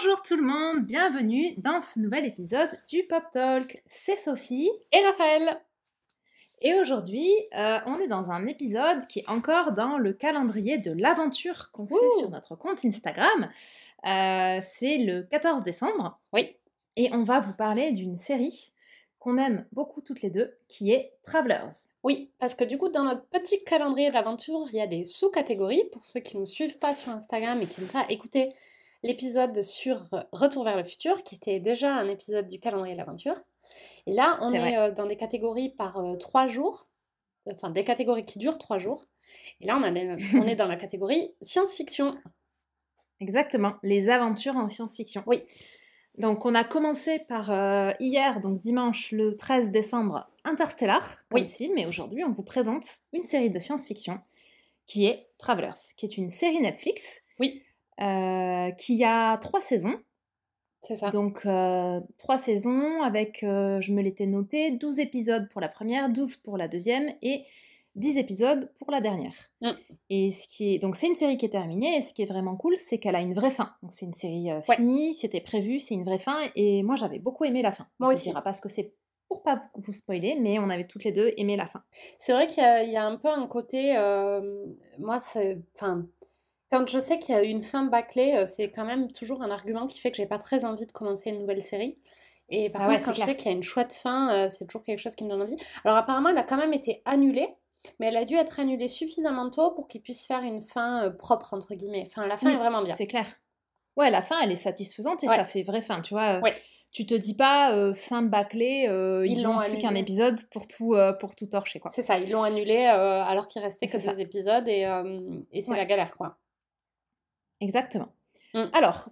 Bonjour tout le monde, bienvenue dans ce nouvel épisode du Pop Talk. C'est Sophie Et Raphaël. et aujourd'hui on est dans un épisode qui est encore dans le calendrier de l'aventure qu'on fait sur notre compte Instagram. C'est le 14 décembre Oui. et on va vous parler d'une série qu'on aime beaucoup toutes les deux qui est Travelers. Oui, parce que du coup, dans notre petit calendrier de l'aventure, il y a des sous-catégories. Pour ceux qui ne me suivent pas sur Instagram et qui n'ont pas écouté l'épisode sur Retour vers le futur, qui était déjà un épisode du calendrier de l'aventure. Et là, on C'est est vrai. dans des catégories par 3 jours, enfin des catégories qui durent 3 jours. Et là, on est dans la catégorie science-fiction. Exactement, les aventures en science-fiction. Oui. Donc on a commencé par hier, donc dimanche le 13 décembre, Interstellar comme Oui. film, et aujourd'hui on vous présente une série de science-fiction qui est Travelers, qui est une série Netflix Oui, qui a 3 saisons. c'est ça. Donc 3 saisons avec, je me l'étais noté, 12 épisodes pour la première, 12 pour la deuxième et 10 épisodes pour la dernière. Mm. Et donc c'est une série qui est terminée, et ce qui est vraiment cool, c'est qu'elle a une vraie fin. Donc c'est une série Ouais. finie, c'était prévu, c'est une vraie fin, et moi j'avais beaucoup aimé la fin. Moi On ne aussi. dira pas ce que c'est pour pas vous spoiler, mais on avait toutes les deux aimé la fin. C'est vrai qu'il y a un peu un côté, moi, quand je sais qu'il y a une fin bâclée, c'est quand même toujours un argument qui fait que j'ai pas très envie de commencer une nouvelle série. Et par Ah ouais, contre, quand c'est je sais clair. qu'il y a une chouette fin, c'est toujours quelque chose qui me donne envie. Alors apparemment, elle a quand même été annulée, mais elle a dû être annulée suffisamment tôt pour qu'ils puissent faire une fin propre, entre guillemets. Enfin, la fin est Oui, vraiment bien. c'est clair. Ouais, la fin, elle est satisfaisante et Ouais, ça fait vraie fin, tu vois. ouais. Tu te dis pas fin bâclée, Ils ils l'ont ont plus qu'un annulée. épisode pour tout torcher, quoi. C'est ça, ils l'ont annulée alors qu'il restait Et que c'est ça. 2 épisodes et c'est Ouais, la galère, quoi. exactement. Mm. Alors,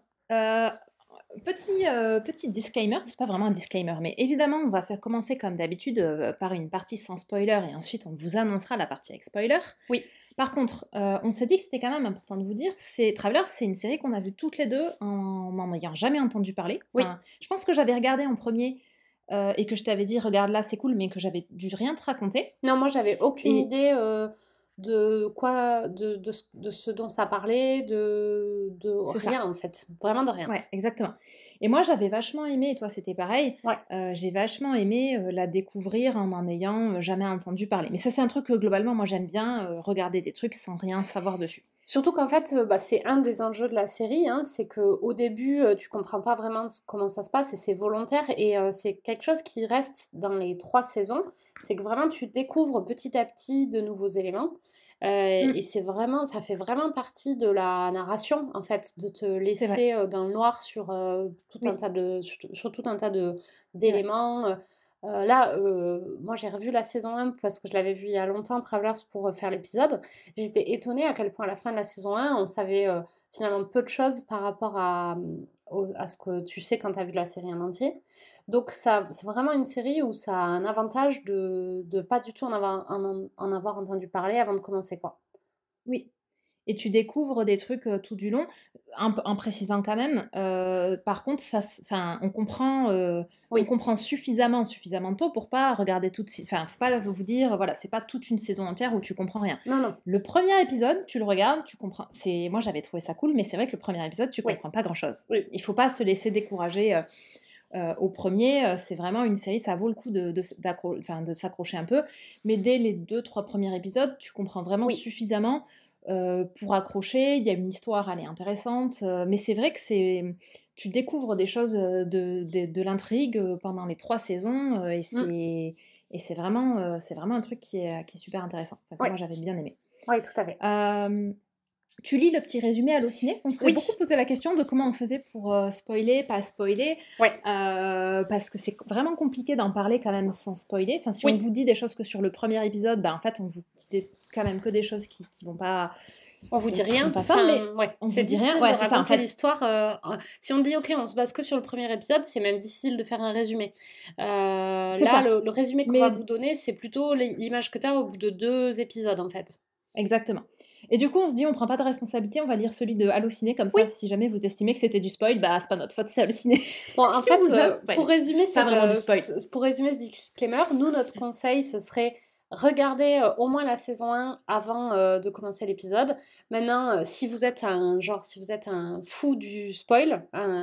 petit disclaimer, c'est pas vraiment un disclaimer, mais évidemment, on va faire commencer comme d'habitude par une partie sans spoiler et ensuite on vous annoncera la partie avec spoiler. Oui, Par contre, on s'est dit que c'était quand même important de vous dire, Travelers, c'est une série qu'on a vue toutes les deux en n'en ayant jamais entendu parler. oui. Enfin, je pense que j'avais regardé en premier et que je t'avais dit, regarde là, c'est cool, mais que j'avais dû rien te raconter. Non, moi j'avais aucune Et idée de ce dont ça parlait, de c'est ça. rien en fait, vraiment de rien. Ouais, exactement. Et moi, j'avais vachement aimé, et toi, c'était pareil, Ouais. j'ai vachement aimé, la découvrir en n'en ayant, jamais entendu parler. Mais ça, c'est un truc que globalement, moi, j'aime bien, regarder des trucs sans rien savoir dessus. Surtout qu'en fait, c'est un des enjeux de la série, hein, c'est qu'au début, tu comprends pas vraiment comment ça se passe et c'est volontaire et c'est quelque chose qui reste dans les 3 saisons, c'est que vraiment tu découvres petit à petit de nouveaux éléments et Mmh, ça fait vraiment partie de la narration en fait, de te c'est vrai. laisser dans le noir sur Oui, sur tout un tas c'est vrai. d'éléments. Là, moi j'ai revu la saison 1 parce que je l'avais vue il y a longtemps, Travelers, pour faire l'épisode. J'étais étonnée à quel point à la fin de la saison 1, on savait finalement peu de choses par rapport à ce que tu sais quand tu as vu la série en entier. Donc ça, c'est vraiment une série où ça a un avantage de pas du tout en avoir entendu parler avant de commencer, quoi. Oui. Et tu découvres des trucs, tout du long, en précisant quand même, par contre, enfin, on Oui, comprend suffisamment tôt pour pas regarder tout de suite, enfin, faut pas vous dire, voilà, c'est pas toute une saison entière où tu comprends rien. non, non, Le premier épisode, tu le regardes, tu comprends, moi, j'avais trouvé ça cool, mais c'est vrai que le premier épisode, tu oui, comprends pas grand-chose. oui. Il faut pas se laisser décourager, au premier. C'est vraiment une série, ça vaut le coup de s'accrocher un peu, mais dès les 2-3 premiers épisodes, tu comprends vraiment Oui. suffisamment pour accrocher. Il y a une histoire, elle est intéressante, mais c'est vrai que tu découvres des choses de l'intrigue pendant les 3 saisons, Mm. et c'est vraiment un truc qui est super intéressant. Enfin, que Oui, moi j'avais bien aimé. oui, tout à fait. Tu lis le petit résumé Allociné? On s'est Oui, beaucoup posé la question de comment on faisait pour spoiler, pas spoiler, oui, parce que c'est vraiment compliqué d'en parler quand même sans spoiler. Enfin, si on oui. vous dit des choses que sur le premier épisode, en fait, on vous dit quand même que des choses qui vont pas, On vous dit qui sont rien. pas ça, mais Enfin, ouais, on c'est vous dit rien. difficile de Ouais, c'est ça, en raconter fait. l'histoire. Si on dit, ok, on se base que sur le premier épisode, c'est même difficile de faire un résumé. C'est Là, ça. le résumé qu'on va Mais vous donner, c'est plutôt l'image que tu as au bout de 2 épisodes, en fait. exactement. Et du coup, on se dit, on prend pas de responsabilité, on va lire celui de Allociné, comme Oui, ça, si jamais vous estimez que c'était du spoil, bah c'est pas notre faute, c'est Allociné bon, en qui fait, vous a spoilé. pour résumer C'est pas vraiment du spoil. pour résumer ce disclaimer, nous, notre conseil, ce serait regardez au moins la saison 1 avant de commencer l'épisode. Maintenant, si vous êtes un fou du spoil,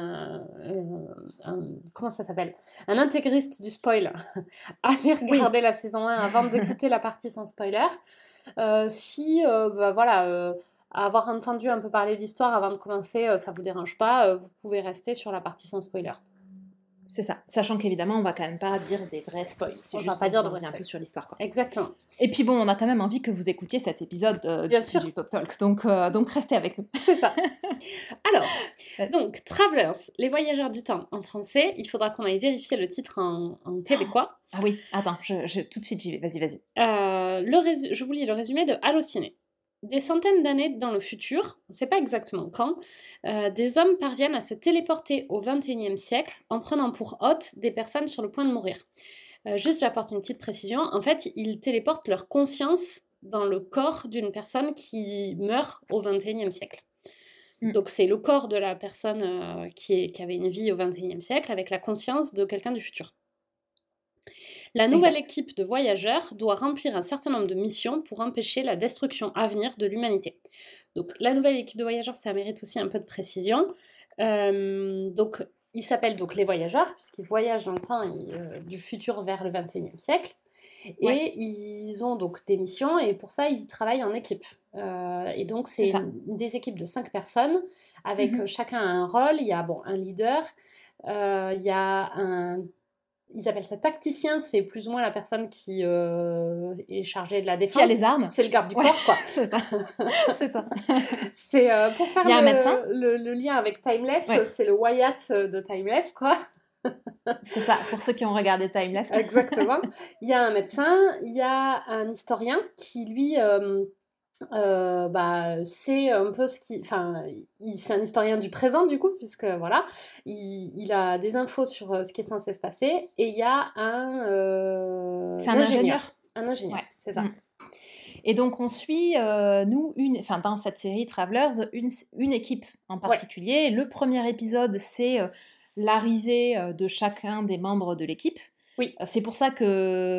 comment ça s'appelle? Un intégriste du spoil, allez Oui, regarder la saison 1 avant d'écouter la partie sans spoiler. Si, voilà, avoir entendu un peu parler d'histoire avant de commencer, ça vous dérange pas, vous pouvez rester sur la partie sans spoiler. c'est ça. Sachant qu'évidemment, on va quand même pas dire des vrais spoils. C'est On va juste pas pour dire vous de en vrai dire un spoil. peu sur l'histoire, quoi. Exactement. Et puis bon, on a quand même envie que vous écoutiez cet épisode Bien sûr, du Pop Talk, donc restez avec nous. c'est ça. Alors, Ouais. donc, Travelers, les voyageurs du temps en français, il faudra qu'on aille vérifier le titre en québécois. Ah oui, attends, tout de suite j'y vais, vas-y. Je vous lis le résumé de Allociné. Des centaines d'années dans le futur, on ne sait pas exactement quand, des hommes parviennent à se téléporter au XXIe siècle en prenant pour hôtes des personnes sur le point de mourir. Juste, j'apporte une petite précision. En fait, ils téléportent leur conscience dans le corps d'une personne qui meurt au XXIe siècle. Donc, c'est le corps de la personne qui avait une vie au XXIe siècle avec la conscience de quelqu'un du futur. La nouvelle Exact. équipe de voyageurs doit remplir un certain nombre de missions pour empêcher la destruction à venir de l'humanité. Donc, la nouvelle équipe de voyageurs, ça mérite aussi un peu de précision. Donc, ils s'appellent donc les voyageurs, puisqu'ils voyagent dans le temps du futur vers le XXIe siècle. Ouais, Et ils ont donc des missions, et pour ça, ils travaillent en équipe. Et donc, c'est c'est ça. des équipes de 5 personnes, avec Mhm. chacun un rôle. Il y a un leader, il y a ils appellent ça tacticien, c'est plus ou moins la personne qui est chargée de la Qui a défense. les armes? C'est le garde du Ouais, corps, quoi. c'est ça. C'est ça. C'est pour faire Il y a un médecin? le lien avec Timeless, Ouais, c'est le Wyatt de Timeless, quoi. c'est ça. Pour ceux qui ont regardé Timeless. Exactement. Il y a un médecin, il y a un historien qui, lui, c'est un peu ce qui... Enfin, c'est un historien du présent, du coup, puisque, voilà, il a des infos sur ce qui est censé se passer. Et il y a C'est un ingénieur. ingénieur? Un ingénieur, Ouais. c'est ça. Mm. Et donc on suit, nous, dans cette série Travelers, une équipe en Ouais, particulier. Le premier épisode, c'est l'arrivée de chacun des membres de l'équipe. oui, C'est pour ça que,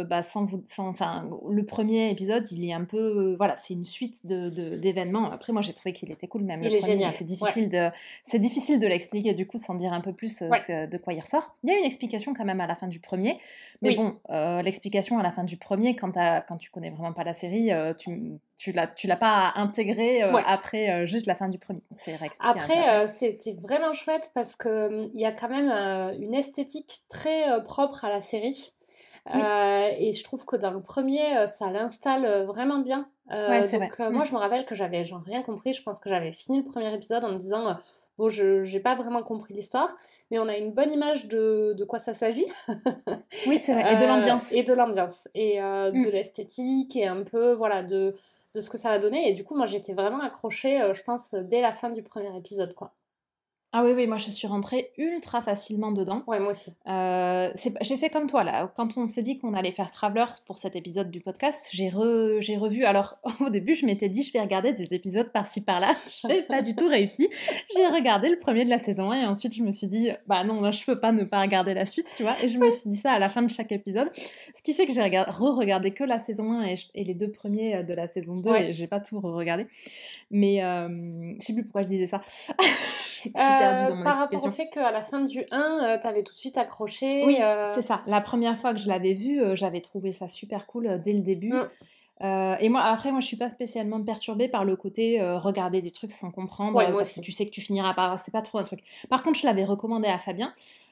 le premier épisode, il est un peu, voilà, c'est une suite d'événements. Après, moi, j'ai trouvé qu'il était cool, même le il est premier, mais génial. Ouais, c'est difficile de l'expliquer, du coup, sans dire un peu plus ouais, de quoi il ressort. Il y a une explication quand même à la fin du premier, mais oui. bon, l'explication à la fin du premier, quand tu connais vraiment pas la série, tu l'as pas intégrée Ouais. après juste la fin du premier. C'est réexpliqué un peu après. Après, c'était vraiment chouette parce que il y a quand même une esthétique très propre à la série. Oui, Et je trouve que dans le premier, ça l'installe vraiment bien. ouais, c'est vrai. Moi, je me rappelle que j'avais genre rien compris. Je pense que j'avais fini le premier épisode en me disant bon, je j'ai pas vraiment compris l'histoire, mais on a une bonne image de quoi ça s'agit. Oui, c'est vrai. Et de l'ambiance. Et de l'ambiance, et de Mm. l'esthétique, et un peu voilà de ce que ça va donner. Et du coup, moi, j'étais vraiment accrochée, je pense, dès la fin du premier épisode, quoi. Ah oui, oui, moi je suis rentrée ultra facilement dedans. Ouais, moi aussi. J'ai fait comme toi là, quand on s'est dit qu'on allait faire Travelers pour cet épisode du podcast, j'ai revu. Alors au début, je m'étais dit je vais regarder des épisodes par-ci par-là. J'ai pas du tout réussi. J'ai regardé le premier de la saison 1 et ensuite je me suis dit bah non, moi, je peux pas ne pas regarder la suite, tu vois. Et je me suis dit ça à la fin de chaque épisode. Ce qui fait que j'ai re-regardé que la saison 1 et les deux premiers de la saison 2 Ouais. et j'ai pas tout re-regardé. Mais je sais plus pourquoi je disais ça. Je suis perdue dans mon Par rapport au explication. fait qu'à la fin du 1, tu tout de suite accroché. Oui, c'est ça. La première fois que je l'avais vu, j'avais trouvé ça super cool, dès le début. Mmh. Et moi après moi je suis pas spécialement perturbée par le côté, regarder des trucs sans comprendre, Ouais, moi parce que aussi. tu sais que tu finiras par c'est pas trop un truc. Par contre, je l'avais recommandé à Fabien,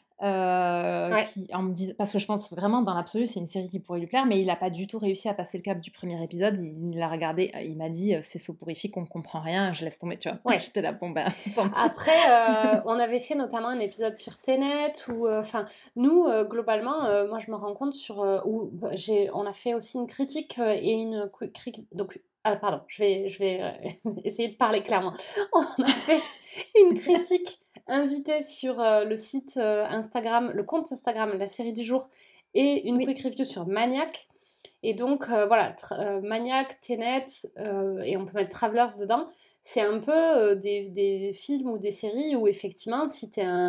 Ouais. qui en me dis parce que je pense vraiment dans l'absolu, c'est une série qui pourrait lui plaire, mais il a pas du tout réussi à passer le cap du premier épisode. Il l'a regardé, il m'a dit: «C'est soporifique, on comprend rien», je laisse tomber, tu vois? Ouais. J'étais là: «Bon ben, tant pis». Après, on avait fait notamment un épisode sur Tenet où, enfin, nous, globalement, moi, je me rends compte où on a fait aussi une critique, et une donc ah pardon, je vais, essayer de parler clairement. On a fait une critique invitée sur, le site, Instagram, le compte Instagram La Série du Jour, et une Oui. quick review sur Maniac. Et donc, voilà, Maniac, Tenet, et on peut mettre Travelers dedans. C'est un peu des films ou des séries où effectivement,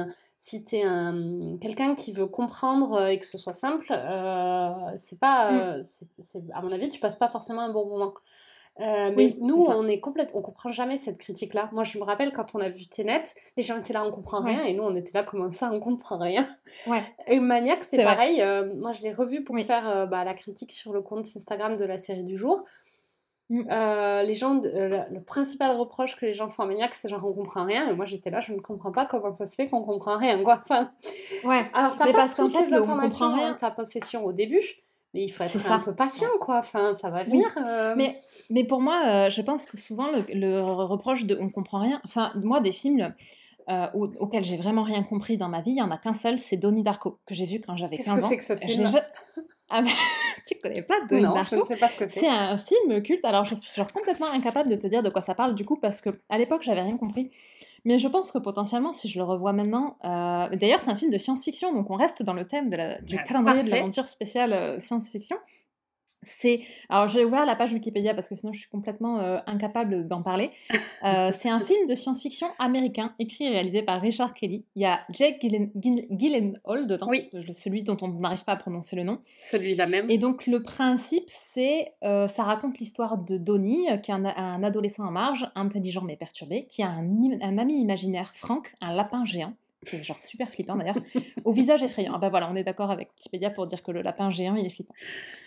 si t'es quelqu'un qui veut comprendre et que ce soit simple, c'est pas, Mm. à mon avis, tu passes pas forcément un bon moment. Mais Oui, nous, c'est ça. on comprend jamais cette critique-là. Moi, je me rappelle quand on a vu Tenet, les gens étaient là, on comprend rien, Ouais, et nous, on était là, comment ça, on comprend rien? ouais, Et Maniac, c'est c'est vrai. pareil. Moi, je l'ai revu pour Oui. faire la critique sur le compte Instagram de la série du jour. Mm. Les gens, le principal reproche que les gens font à Maniac, c'est genre on comprend rien. Et moi, j'étais là, je ne comprends pas comment ça se fait qu'on comprend rien, quoi. Enfin, Ouais, alors, t'as mais pas parce qu'en toutes fait, les le on comprend informations en rien, ta possession au début, mais il faut c'est être un ça. peu patient, Ouais. quoi. Enfin, ça va venir. Oui, mais pour moi, je pense que souvent le reproche de on comprend rien, enfin, moi, des films auxquels j'ai vraiment rien compris dans ma vie, il y en a qu'un seul, c'est Donnie Darko, que j'ai vu quand j'avais Qu'est-ce que 15 c'est ans. que ce Je l'ai film? ja- Ah, mais tu connais pas Donnie Non, je ne Darko? sais pas ce que C'est c'est. un film culte. Alors, je suis genre complètement incapable de te dire de quoi ça parle, du coup, parce que à l'époque, j'avais rien compris. Mais je pense que potentiellement, si je le revois maintenant, d'ailleurs, c'est un film de science-fiction, donc on reste dans le thème du Ah, calendrier de parfait. l'aventure spéciale science-fiction. C'est alors j'ai ouvert la page Wikipédia parce que sinon je suis complètement, incapable d'en parler. C'est un film de science-fiction américain, écrit et réalisé par Richard Kelly. Il y a Jake Gyllenhaal dedans, Oui, celui dont on n'arrive pas à prononcer le nom. celui-là même. Et donc le principe, c'est, ça raconte l'histoire de Donnie, qui est un adolescent en marge, intelligent mais perturbé, qui a un ami imaginaire, Frank, un lapin géant, qui est genre super flippant d'ailleurs, au visage effrayant. Ah bah voilà, on est d'accord avec Wikipédia pour dire que le lapin géant, il est flippant.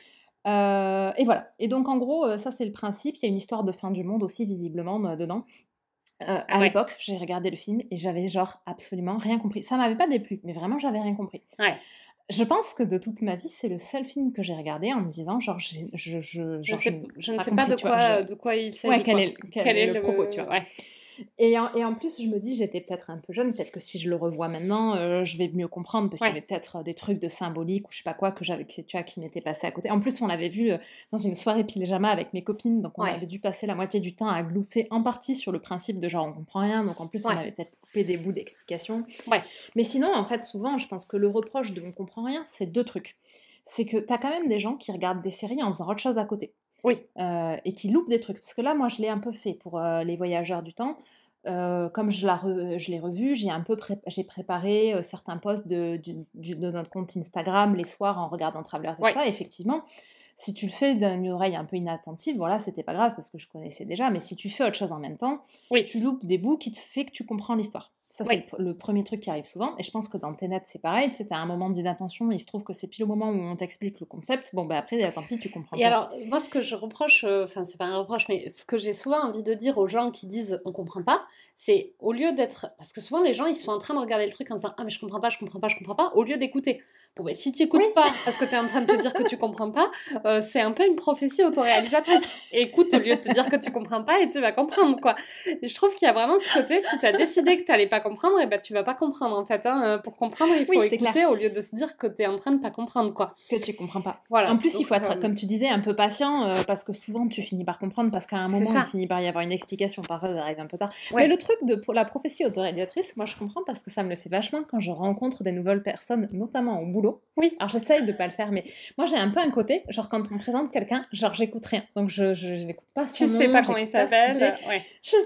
Et voilà. Et donc en gros, ça c'est le principe. Il y a une histoire de fin du monde aussi visiblement, dedans. Ah À ouais, l'époque, j'ai regardé le film et j'avais genre absolument rien compris. Ça m'avait pas déplu, mais vraiment j'avais rien compris. ouais. Je pense que de toute ma vie, c'est le seul film que j'ai regardé en me disant genre j'ai genre je n'ai Je ne pas sais pas compris, tu vois? de quoi il Ouais, s'agit, quoi. quel Quel est est le propos, tu le... vois? Ouais. Et en plus, je me dis: «J'étais peut-être un peu jeune, peut-être que si je le revois maintenant, je vais mieux comprendre», parce qu'il y Ouais. avait peut-être, des trucs de symbolique ou je sais pas quoi tu vois, qui m'étaient passés à côté. En plus, on l'avait vu, dans une soirée pyjama avec mes copines, donc on Ouais. avait dû passer la moitié du temps à glousser en partie sur le principe de genre on comprend rien, donc en plus on Ouais. avait peut-être coupé des bouts d'explications. Ouais. Mais sinon, en fait, souvent, je pense que le reproche de on comprend rien, c'est 2 trucs. C'est que tu as quand même des gens qui regardent des séries en faisant autre chose à côté. Oui. Et qui loupe des trucs. Parce que là, moi, je l'ai un peu fait pour, Les Voyageurs du temps. Comme je l'ai revu, j'ai préparé, certains posts de notre compte Instagram les soirs en regardant Travelers et tout Ouais. ça. Effectivement, si tu le fais d'une oreille un peu inattentive, voilà, c'était pas grave parce que je connaissais déjà, mais si tu fais autre chose en même temps, Oui. tu loupes des bouts qui te fait que tu comprends l'histoire. Ça, c'est Oui. le 1er truc qui arrive souvent et je pense que dans Tenet, c'est pareil, tu sais, tu un moment d'inattention, il se trouve que c'est pile au moment où on t'explique le concept, bon, bah, après, tant pis, tu comprends Et pas. alors, moi, ce que je reproche, enfin, c'est pas un reproche, mais ce que j'ai souvent envie de dire aux gens qui disent on comprend pas, c'est au lieu d'être. Parce que souvent, les gens, ils sont en train de regarder le truc en disant ah, mais je comprends pas, je comprends pas, je comprends pas, au lieu d'écouter. Bon, ben, si tu Oui, écoutes pas parce que tu es en train de te dire que tu comprends pas, c'est un peu une prophétie autoréalisatrice. Écoute au lieu de te dire que tu comprends pas et tu vas comprendre, quoi. Et je trouve qu'il y a vraiment ce côté, si tu as décidé que tu allais pas comprendre, et ben, tu vas pas comprendre, en fait. Hein. Pour comprendre, il faut oui, c'est clair. écouter au lieu de se dire que tu es en train de pas comprendre, quoi. Que tu comprends pas. En Voilà, plus, il faut donc être, comme tu disais, un peu patient, parce que souvent tu finis par comprendre, parce qu'à un c'est moment il ça. finit par y avoir une explication, parfois ça arrive un peu tard. Mais Ouais. le truc pour la prophétie autoréalisatrice, moi je comprends parce que ça me le fait vachement quand je rencontre des nouvelles personnes, notamment au boulot. Oui. Alors j'essaye de pas le faire, mais moi j'ai un peu un côté, genre quand on me présente quelqu'un, genre j'écoute rien. Donc je n'écoute pas son Tu sais pas nom, comment il j'écoute pas ce qu'il fait. s'appelle, ouais.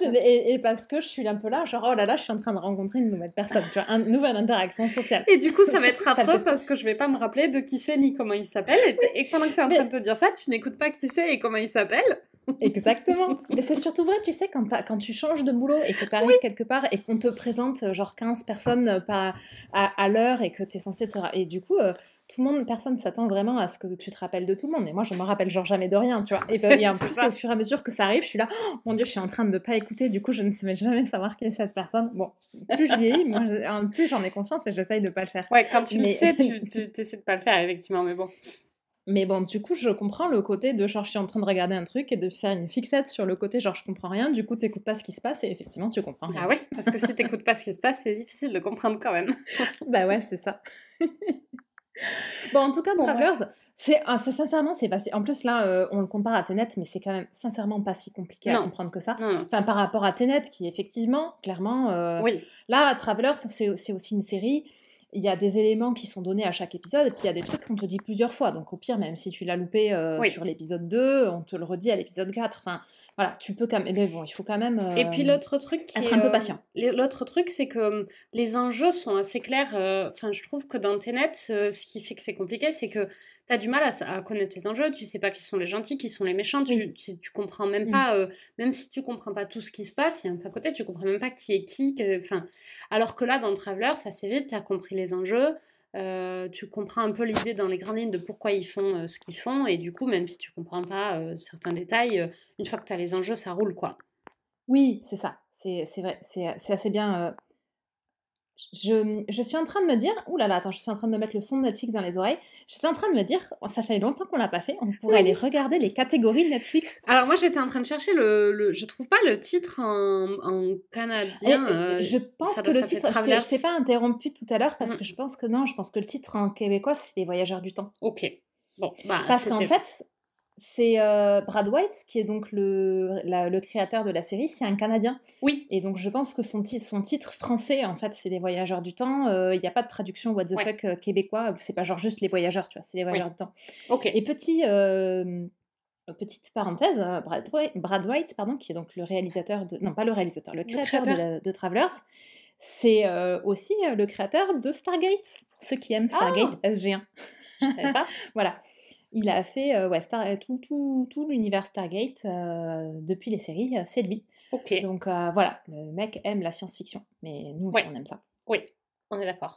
Et parce que je suis un peu là, genre oh là là, je suis en train de rencontrer une nouvelle personne, tu vois, une nouvelle interaction sociale. Et du coup, ça va Surtout être que ça me affreux fait parce que je vais pas me rappeler de qui c'est ni comment il s'appelle. Et pendant que tu es en train de mais te dire ça, tu n'écoutes pas qui c'est et comment il s'appelle. exactement. Mais c'est surtout vrai, tu sais, quand tu changes de boulot et que tu Oui. arrives quelque part et qu'on te présente genre 15 personnes à l'heure et que tu es censé Et du coup, tout le monde, personne s'attend vraiment à ce que tu te rappelles de tout le monde. Mais moi, je me rappelle genre jamais de rien, tu vois. Et en C'est plus, au ça. fur et à mesure que ça arrive, je suis là, oh, mon Dieu, je suis en train de ne pas écouter. Du coup, je ne sais jamais savoir qui est cette personne. Bon, plus je vieillis, plus j'en ai conscience et j'essaye de pas le faire. Ouais, quand tu le Mais sais, tu essaies de pas le faire, effectivement, mais bon. Mais bon, du coup, je comprends le côté de genre, je suis en train de regarder un truc et de faire une fixette sur le côté genre, je comprends rien, du coup, t'écoutes pas ce qui se passe et effectivement, tu comprends rien. Bah oui, parce que si t'écoutes pas ce qui se passe, c'est difficile de comprendre quand même. Bah ouais, c'est ça. Bon, en tout cas, Bon, bref. Travelers, sincèrement, c'est pas si. En plus, là, on le compare à Tenet, mais c'est quand même sincèrement pas si compliqué à Non, comprendre que ça. non, non. Enfin, par rapport à Tenet, qui effectivement, clairement, Oui, là, Travelers, c'est aussi une série. Il y a des éléments qui sont donnés à chaque épisode, et puis il y a des trucs qu'on te dit plusieurs fois. Donc, au pire, même si tu l'as loupé oui, sur l'épisode 2, on te le redit à l'épisode 4. Enfin, voilà, tu peux quand même. Mais bon, il faut quand même Et puis l'autre truc être un peu patient. l'autre truc, c'est que les enjeux sont assez clairs. Enfin, je trouve que dans Tenet, ce qui fait que c'est compliqué, c'est que tu as du mal à connaître les enjeux. Tu sais pas qui sont les gentils, qui sont les méchants. Oui. Tu comprends même Mm. pas, même si tu comprends pas tout ce qui se passe, il y a un peu à côté, tu comprends même pas qui est qui. Enfin, alors que là, dans Travelers, assez vite, tu as compris les enjeux. Tu comprends un peu l'idée dans les grandes lignes de pourquoi ils font ce qu'ils font. Et du coup, même si tu comprends pas certains détails, une fois que tu as les enjeux, ça roule, quoi. Oui, c'est ça. C'est vrai. C'est assez bien. Je suis en train de me dire, ouh là là, attends, je suis en train de me mettre le son de Netflix dans les oreilles. J'étais en train de me dire, oh, ça fait longtemps qu'on l'a pas fait, on pourrait aller Oui. regarder les catégories Netflix. Alors moi j'étais en train de chercher je trouve pas le titre en canadien. Je pense Ça que doit le s'appeler titre, je Travelers. t'ai pas interrompu tout à l'heure parce Mhm. que je pense que non, je pense que le titre en québécois, c'est Les Voyageurs du Temps. Ok. Bon, bah Parce qu'en c'était. fait, c'est Brad White, qui est donc le créateur de la série, c'est un Canadien. Oui, Et donc je pense que son titre français, en fait, c'est Les Voyageurs du Temps. Il n'y a pas de traduction what the ouais, fuck québécois, où c'est pas genre juste Les Voyageurs, tu vois, c'est Les Voyageurs oui. du Temps. Ok. Et petite parenthèse, Brad White, pardon, qui est donc le réalisateur de... Non, pas le réalisateur, le Le créateur créateur. de Travelers, c'est aussi le créateur de Stargate, pour ceux qui aiment Stargate Ah, SG1. je savais pas. Voilà. Il a fait ouais, tout l'univers Stargate depuis les séries, c'est lui. Ok. Donc voilà, le mec aime la science-fiction, mais nous aussi Ouais, on aime ça. oui, on est d'accord.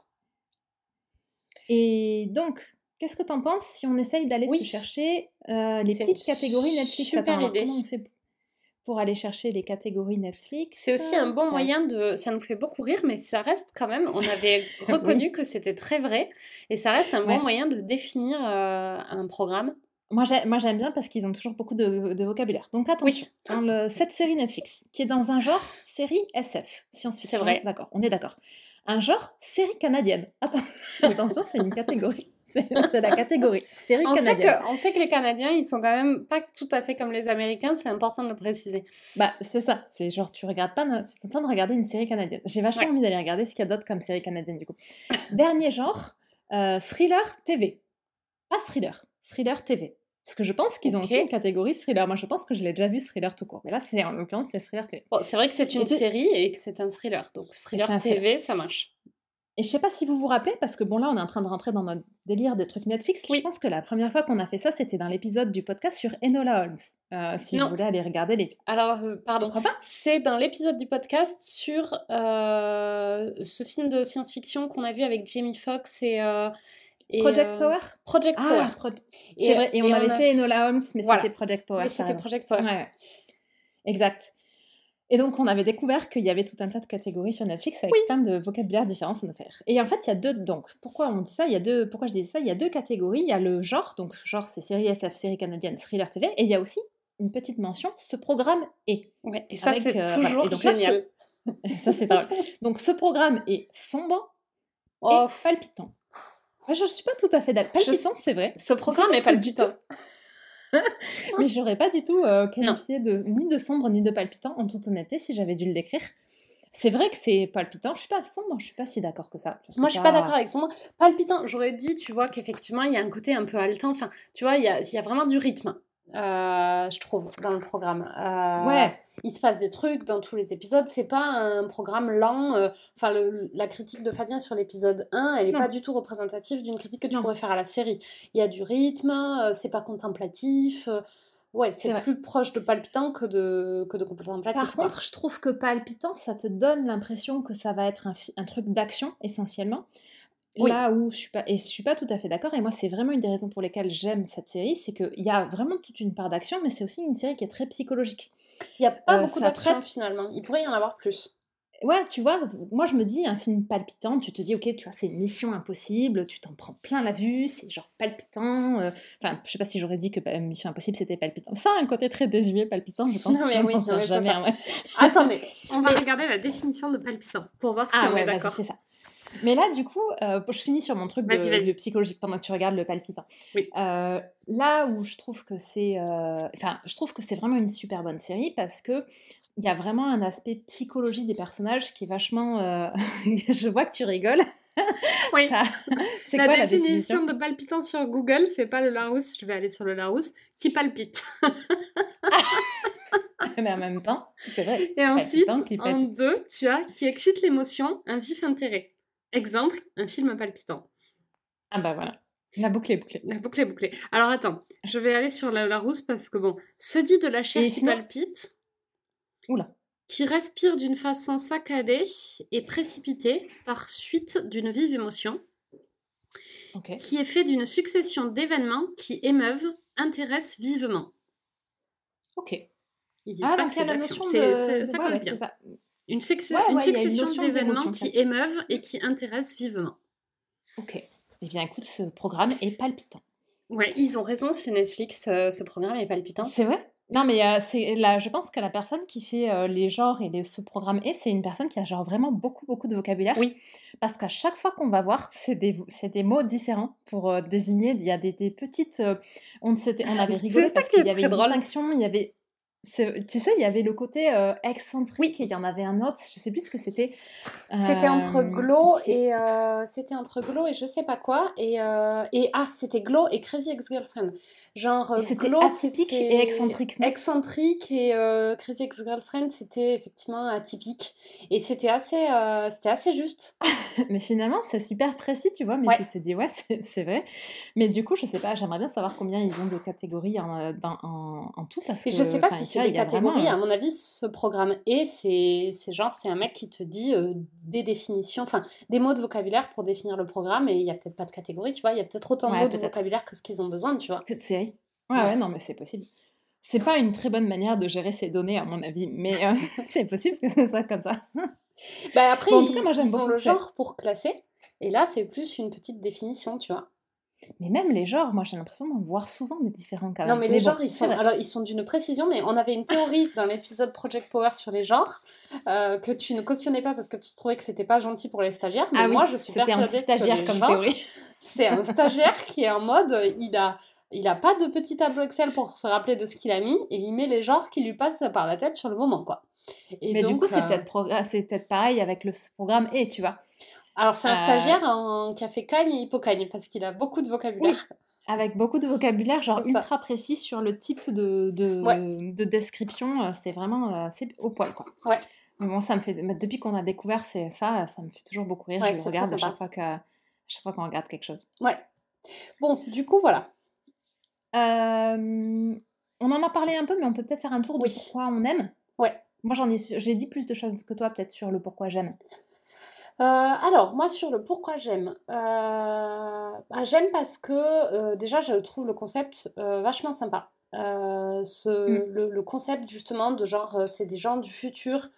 Et donc, qu'est-ce que t'en penses si on essaye d'aller se Oui, chercher les c'est une petites catégories Netflix? Attends, super alors idée. comment on fait pour aller chercher les catégories Netflix? C'est aussi un bon Tac. moyen de... Ça nous fait beaucoup rire, mais ça reste quand même... On avait reconnu Oui, que c'était très vrai. Et ça reste un bon ouais. moyen de définir un programme. Moi j'aime bien parce qu'ils ont toujours beaucoup de vocabulaire. Donc attention, Oui, cette série Netflix, qui est dans un genre série SF, c'est science-fiction, vrai. d'accord, on est d'accord. Un genre série canadienne. Attention, c'est une catégorie. C'est la catégorie série canadienne. On sait que les Canadiens, ils sont quand même pas tout à fait comme les Américains, c'est important de le préciser. Bah, c'est ça. C'est genre, tu regardes pas. Tu es en train de regarder une série canadienne. J'ai vachement Ouais. envie d'aller regarder ce qu'il y a d'autre comme série canadienne, du coup. Dernier genre, thriller TV. Pas thriller, thriller TV. Parce que je pense qu'ils ont aussi une Ok. catégorie thriller. Moi, je pense que je l'ai déjà vu thriller tout court. Mais là, en l'occurrence, c'est thriller TV. Bon, c'est vrai que c'est Et, une série et que c'est un thriller. Donc, et c'est thriller un thriller. TV, ça marche. Et je sais pas si vous vous rappelez, parce que bon, là, on est en train de rentrer dans notre délire des trucs Netflix. Je Oui. pense que la première fois qu'on a fait ça, c'était dans l'épisode du podcast sur Enola Holmes. Si vous Non. voulez aller regarder l'épisode. Alors, Tu pardon. crois pas? C'est dans l'épisode du podcast sur ce film de science-fiction qu'on a vu avec Jamie Foxx et Project Power? Project Power. C'est vrai, et on avait fait Enola Holmes, mais Voilà. c'était Project Power. Mais ça a c'était raison. Project Power. Ouais, exact. Et donc, on avait découvert qu'il y avait tout un tas de catégories sur Netflix avec Oui. plein de vocabulaire différents, ça nous fait rire. Et en fait, il y a deux. Donc, pourquoi on dit ça? Pourquoi je disais ça? Il y a deux catégories. Il y a le genre, donc genre, c'est série SF, série canadienne, thriller TV, et il y a aussi une petite mention, ce programme est. Ouais, et ça, Avec, c'est voilà. toujours Et donc là, génial. ça, c'est drôle. Donc, ce programme est sombre et Oh, palpitant. Moi, je suis pas tout à fait d'accord. Palpitant, c'est vrai. Ce programme pas est ce que du palpitant. Mais j'aurais pas du tout Non. qualifié ni de sombre ni de palpitant, en toute honnêteté, si j'avais dû le décrire. C'est vrai que c'est palpitant. Je suis pas sombre, je suis pas si d'accord que ça. Moi, je suis pas d'accord avec son mot. Palpitant, j'aurais dit, tu vois, qu'effectivement, il y a un côté un peu haletant. Enfin, tu vois, il y a vraiment du rythme, je trouve, dans le programme. Ouais. Il se passe des trucs dans tous les épisodes. C'est pas un programme lent. Enfin, la critique de Fabien sur l'épisode 1, elle est Non. pas du tout représentative d'une critique que tu Non. pourrais faire à la série. Il y a du rythme, c'est pas contemplatif. Ouais, c'est vrai. plus proche de palpitant que de contemplatif. Par quoi. contre, je trouve que palpitant, ça te donne l'impression que ça va être un truc d'action, essentiellement. Oui. Là où je suis pas tout à fait d'accord, et moi, c'est vraiment une des raisons pour lesquelles j'aime cette série, c'est qu'il y a vraiment toute une part d'action, mais c'est aussi une série qui est très psychologique. Il n'y a pas beaucoup ça d'action, traite- finalement. Il pourrait y en avoir plus. Ouais, tu vois, moi je me dis, un film palpitant, tu te dis, ok, tu vois, c'est une mission impossible, tu t'en prends plein la vue, c'est genre palpitant. Enfin, je sais pas si j'aurais dit que Mission Impossible c'était palpitant. Ça a un côté très désuet, palpitant, je pense. Non, mais que oui, j'en pense non, mais jamais. faut Ouais. Attendez, on va regarder la définition de palpitant pour voir si Ah on ouais, est vas-y, d'accord. fais ça. Mais là, du coup, je finis sur mon truc Vas-y, vas-y. de psychologique pendant que tu regardes le palpitant. Oui. Là où je trouve que c'est... Enfin, je trouve que c'est vraiment une super bonne série parce que il y a vraiment un aspect psychologie des personnages qui est vachement... Je vois que tu rigoles. Oui. C'est quoi la définition définition de palpitant sur Google, c'est pas le Larousse, je vais aller sur le Larousse, qui palpite. Mais en même temps, c'est vrai. Et ensuite, Palpitant qui en palpite. 2, tu as qui excite l'émotion, un vif intérêt. Exemple, un film palpitant. Ah bah voilà, la boucle est bouclée. La boucle est bouclée. Alors attends, je vais aller sur la Larousse parce que bon, se dit de la chair Et qui sinon, palpite, oula, qui respire d'une façon saccadée et précipitée par suite d'une vive émotion, ok. qui est fait d'une succession d'événements qui émeuvent, intéressent vivement. Ok. Ils disent Ah, pas que donc il y c'est a de la l'action. notion Ça ouais, colle ouais, c'est bien. ça. Une Ouais, il y a une succession notion d'événements d'émotion. qui émeuvent et qui intéressent vivement. Ok. Eh bien, écoute, ce programme est palpitant. Ouais, ils ont raison sur Netflix, ce programme est palpitant. C'est vrai? Non, mais c'est là, je pense que la personne qui fait, les genres et ce programme c'est une personne qui a genre vraiment beaucoup, beaucoup de vocabulaire. Oui. Parce qu'à chaque fois qu'on va voir, c'est des mots différents pour, désigner il y a des petites, on avait rigolé C'est ça parce qui qu'il est y avait très une drôle. distinction, il y avait tu sais, il y avait le côté, excentrique Oui. et il y en avait un autre, je sais plus ce que c'était, C'était entre hem, Glow qui et je sais pas quoi c'était Glow et Crazy Ex-Girlfriend. Genre et c'était Glow atypique et c'était excentrique, non? excentrique et Crazy Ex-Girlfriend c'était effectivement atypique et c'était assez juste. Mais finalement, c'est super précis, tu vois? Mais Ouais. tu te dis: «Ouais, c'est vrai». Mais du coup, je sais pas, j'aimerais bien savoir combien ils ont de catégories en tout parce Et je sais que, pas enfin, si tu c'est vois, des il y a vraiment, catégories. À mon avis, ce programme c'est genre, c'est un mec qui te dit des définitions, enfin, des mots de vocabulaire pour définir le programme et il y a peut-être pas de catégorie, tu vois. Il y a peut-être autant de ouais, mots de peut-être, vocabulaire que ce qu'ils ont besoin, tu vois. que de séries. Ouais, Ouais. ouais, non, mais c'est possible. C'est pas une très bonne manière de gérer ces données, à mon avis, mais c'est possible que ce soit comme ça. Bah, après, Bon, en tout cas, moi, j'aime ils ont beaucoup le que c'est genre pour classer. Et là, c'est plus une petite définition, tu vois. mais même les genres, moi, j'ai l'impression d'en voir souvent des différents quand Non, même. mais les Mais bon, genres, c'est vrai. alors, ils sont d'une précision, mais on avait une théorie dans l'épisode Project Power sur les genres que tu ne cautionnais pas parce que tu trouvais que c'était pas gentil pour les stagiaires. Mais Ah moi, oui, je suis c'était un petit persuadée que stagiaire les comme genres, théorie. c'est un stagiaire qui est en mode, il a pas de petit tableau Excel pour se rappeler de ce qu'il a mis et il met les genres qui lui passent par la tête sur le moment, quoi. Et Mais du coup, donc, c'est peut-être pareil avec ce programme tu vois? alors c'est un Heu stagiaire qui a fait Cagne et Hippocagne parce qu'il a beaucoup de vocabulaire. Oui, avec beaucoup de vocabulaire, genre C'est ça. ultra précis sur le type de Ouais, de description, c'est vraiment, c'est au poil, quoi. ouais, Mais bon, ça me fait depuis qu'on a découvert c'est ça, ça me fait toujours beaucoup rire. ouais, Je le c'est très regarde sympa. à chaque fois qu'on regarde quelque chose. Ouais. Bon, du coup, voilà. Hem, on en a parlé un peu, mais on peut peut-être faire un tour de Oui, pourquoi on aime. ouais. Moi, j'ai dit plus de choses que toi, peut-être sur le pourquoi j'aime. Alors, moi, sur le pourquoi j'aime, bah, j'aime parce que déjà, je trouve le concept vachement sympa. Mmh, Le concept, justement, de genre, c'est des gens du futur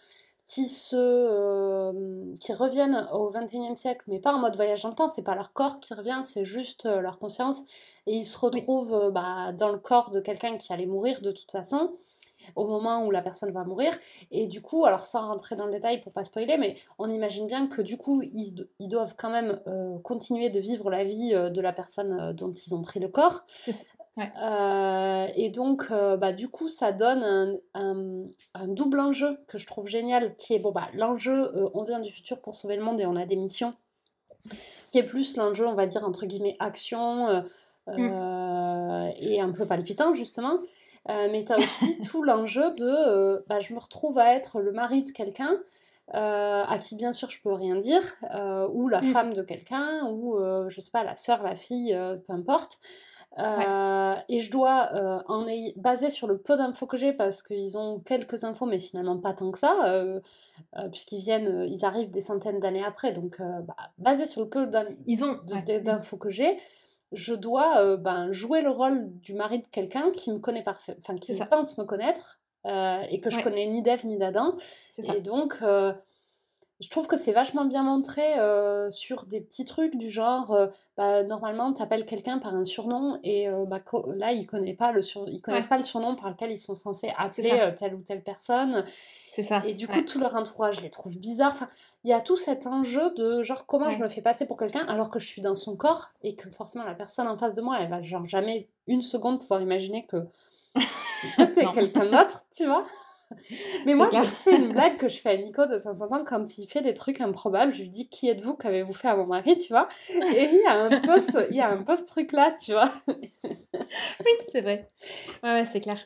qui reviennent au 21e siècle, mais pas en mode voyage dans le temps, c'est pas leur corps qui revient, c'est juste leur conscience. Et ils se oui, retrouvent bah, dans le corps de quelqu'un qui allait mourir de toute façon au moment où la personne va mourir. Et du coup, alors sans rentrer dans le détail pour pas spoiler, mais on imagine bien que du coup, ils doivent quand même continuer de vivre la vie de la personne dont ils ont pris le corps. c'est ça. Ouais, Et donc, bah, du coup, ça donne un double enjeu que je trouve génial, qui est, bon, bah, l'enjeu, on vient du futur pour sauver le monde et on a des missions, qui est plus l'enjeu, on va dire, entre guillemets, action, mmh, et un peu palpitant, justement. Mais tu as aussi tout l'enjeu de bah, je me retrouve à être le mari de quelqu'un à qui bien sûr je peux rien dire, ou la mmh, femme de quelqu'un, ou je sais pas, la sœur, la fille, peu importe. ouais, Et je dois, basé sur le peu d'infos que j'ai, parce qu'ils ont quelques infos, mais finalement pas tant que ça, ils arrivent des centaines d'années après, donc bah, basé sur le peu ils ont ouais, mmh, d'infos que j'ai, je dois ben, jouer le rôle du mari de quelqu'un qui me connaît enfin c'est qui ça. pense me connaître et que je Ouais, connais ni d'Ève ni d'Adam. c'est Et ça. donc, je trouve que c'est vachement bien montré sur des petits trucs du genre, bah, normalement, tu appelles quelqu'un par un surnom et bah, là, ils connaissent Ouais, pas le surnom par lequel ils sont censés c'est appeler ça, telle ou telle personne. c'est ça. Et du coup, Ouais, tout leur entourage, je les trouve bizarres. Enfin, il y a tout cet enjeu de genre comment je ouais. me fais passer pour quelqu'un alors que je suis dans son corps et que forcément la personne en face de moi, elle va genre jamais une seconde pouvoir imaginer que t'es Non, quelqu'un d'autre, tu vois. Mais c'est moi, clair. c'est une blague que je fais à Nico de 500 ans quand il fait des trucs improbables. Je lui dis qui êtes-vous, qu'avez-vous fait à mon mari, tu vois. Et il y a un peu ce truc-là, tu vois. Oui, c'est vrai. Ouais, ouais, c'est clair.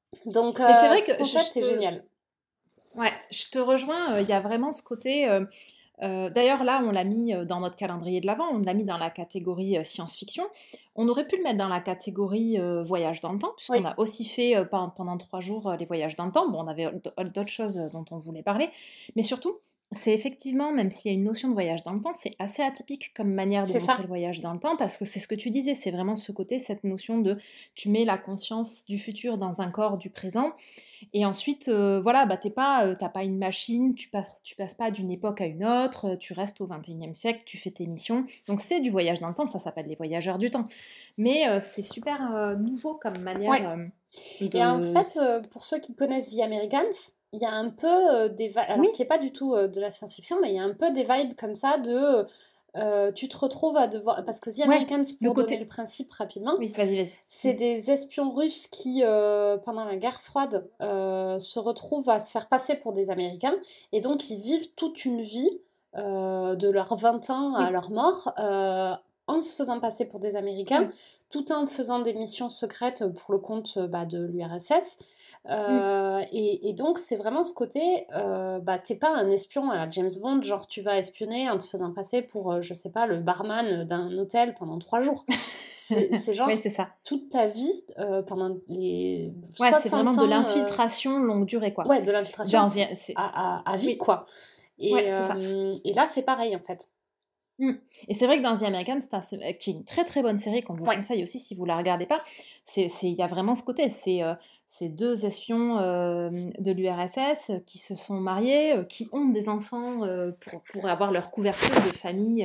Donc, Mais c'est vrai ce que concept est génial. ouais, je te rejoins, il y a vraiment ce côté, d'ailleurs là, on l'a mis, dans notre calendrier de l'avent, on l'a mis dans la catégorie, science-fiction. On aurait pu le mettre dans la catégorie, voyage dans le temps, puisqu'on Oui, a aussi fait, pendant 3 jours, les voyages dans le temps. Bon, on avait d'autres choses, dont on voulait parler, mais surtout, c'est effectivement, même s'il y a une notion de voyage dans le temps, c'est assez atypique comme manière de c'est montrer ça. le voyage dans le temps, parce que c'est ce que tu disais, c'est vraiment ce côté, cette notion de tu mets la conscience du futur dans un corps du présent et ensuite, voilà, bah, tu pas une machine, tu passes pas d'une époque à une autre, tu restes au 21e siècle, tu fais tes missions. Donc c'est du voyage dans le temps, ça s'appelle les voyageurs du temps. Mais, c'est super, nouveau comme manière, Ouais. Et en de fait, pour ceux qui connaissent The Americans, il y a un peu des vibes, alors oui, qui est pas du tout de la science-fiction, mais il y a un peu des vibes comme ça de tu te retrouves à devoir. Parce que The ouais, Americans, le pour donner le côté principe rapidement, oui, vas-y, vas-y. c'est des espions russes qui, pendant la guerre froide, se retrouvent à se faire passer pour des Américains. Et donc, ils vivent toute une vie, de leurs 20 ans à Oui, leur mort, en se faisant passer pour des Américains, ouais. tout en faisant des missions secrètes pour le compte bah, de l'URSS. Mmh. Et donc, c'est vraiment ce côté, bah, t'es pas un espion à la James Bond, genre tu vas espionner en te faisant passer pour, je sais pas, le barman d'un hôtel pendant 3 jours. C'est Ouais, genre c'est ça. toute ta vie, pendant les Ouais, c'est vraiment 60 de ans, l'infiltration longue durée, quoi. ouais, de Dans l'infiltration The c'est à vie, oui, quoi. ouais, c'est ça. Et là, c'est pareil, en fait. Mmh. Et c'est vrai que dans The Americans, qui est une très, très bonne série qu'on vous Ouais, conseille aussi si vous la regardez pas, il y a vraiment ce côté, c'est 2 espions, de l'URSS, qui se sont mariés, qui ont des enfants, pour avoir leur couverture de famille,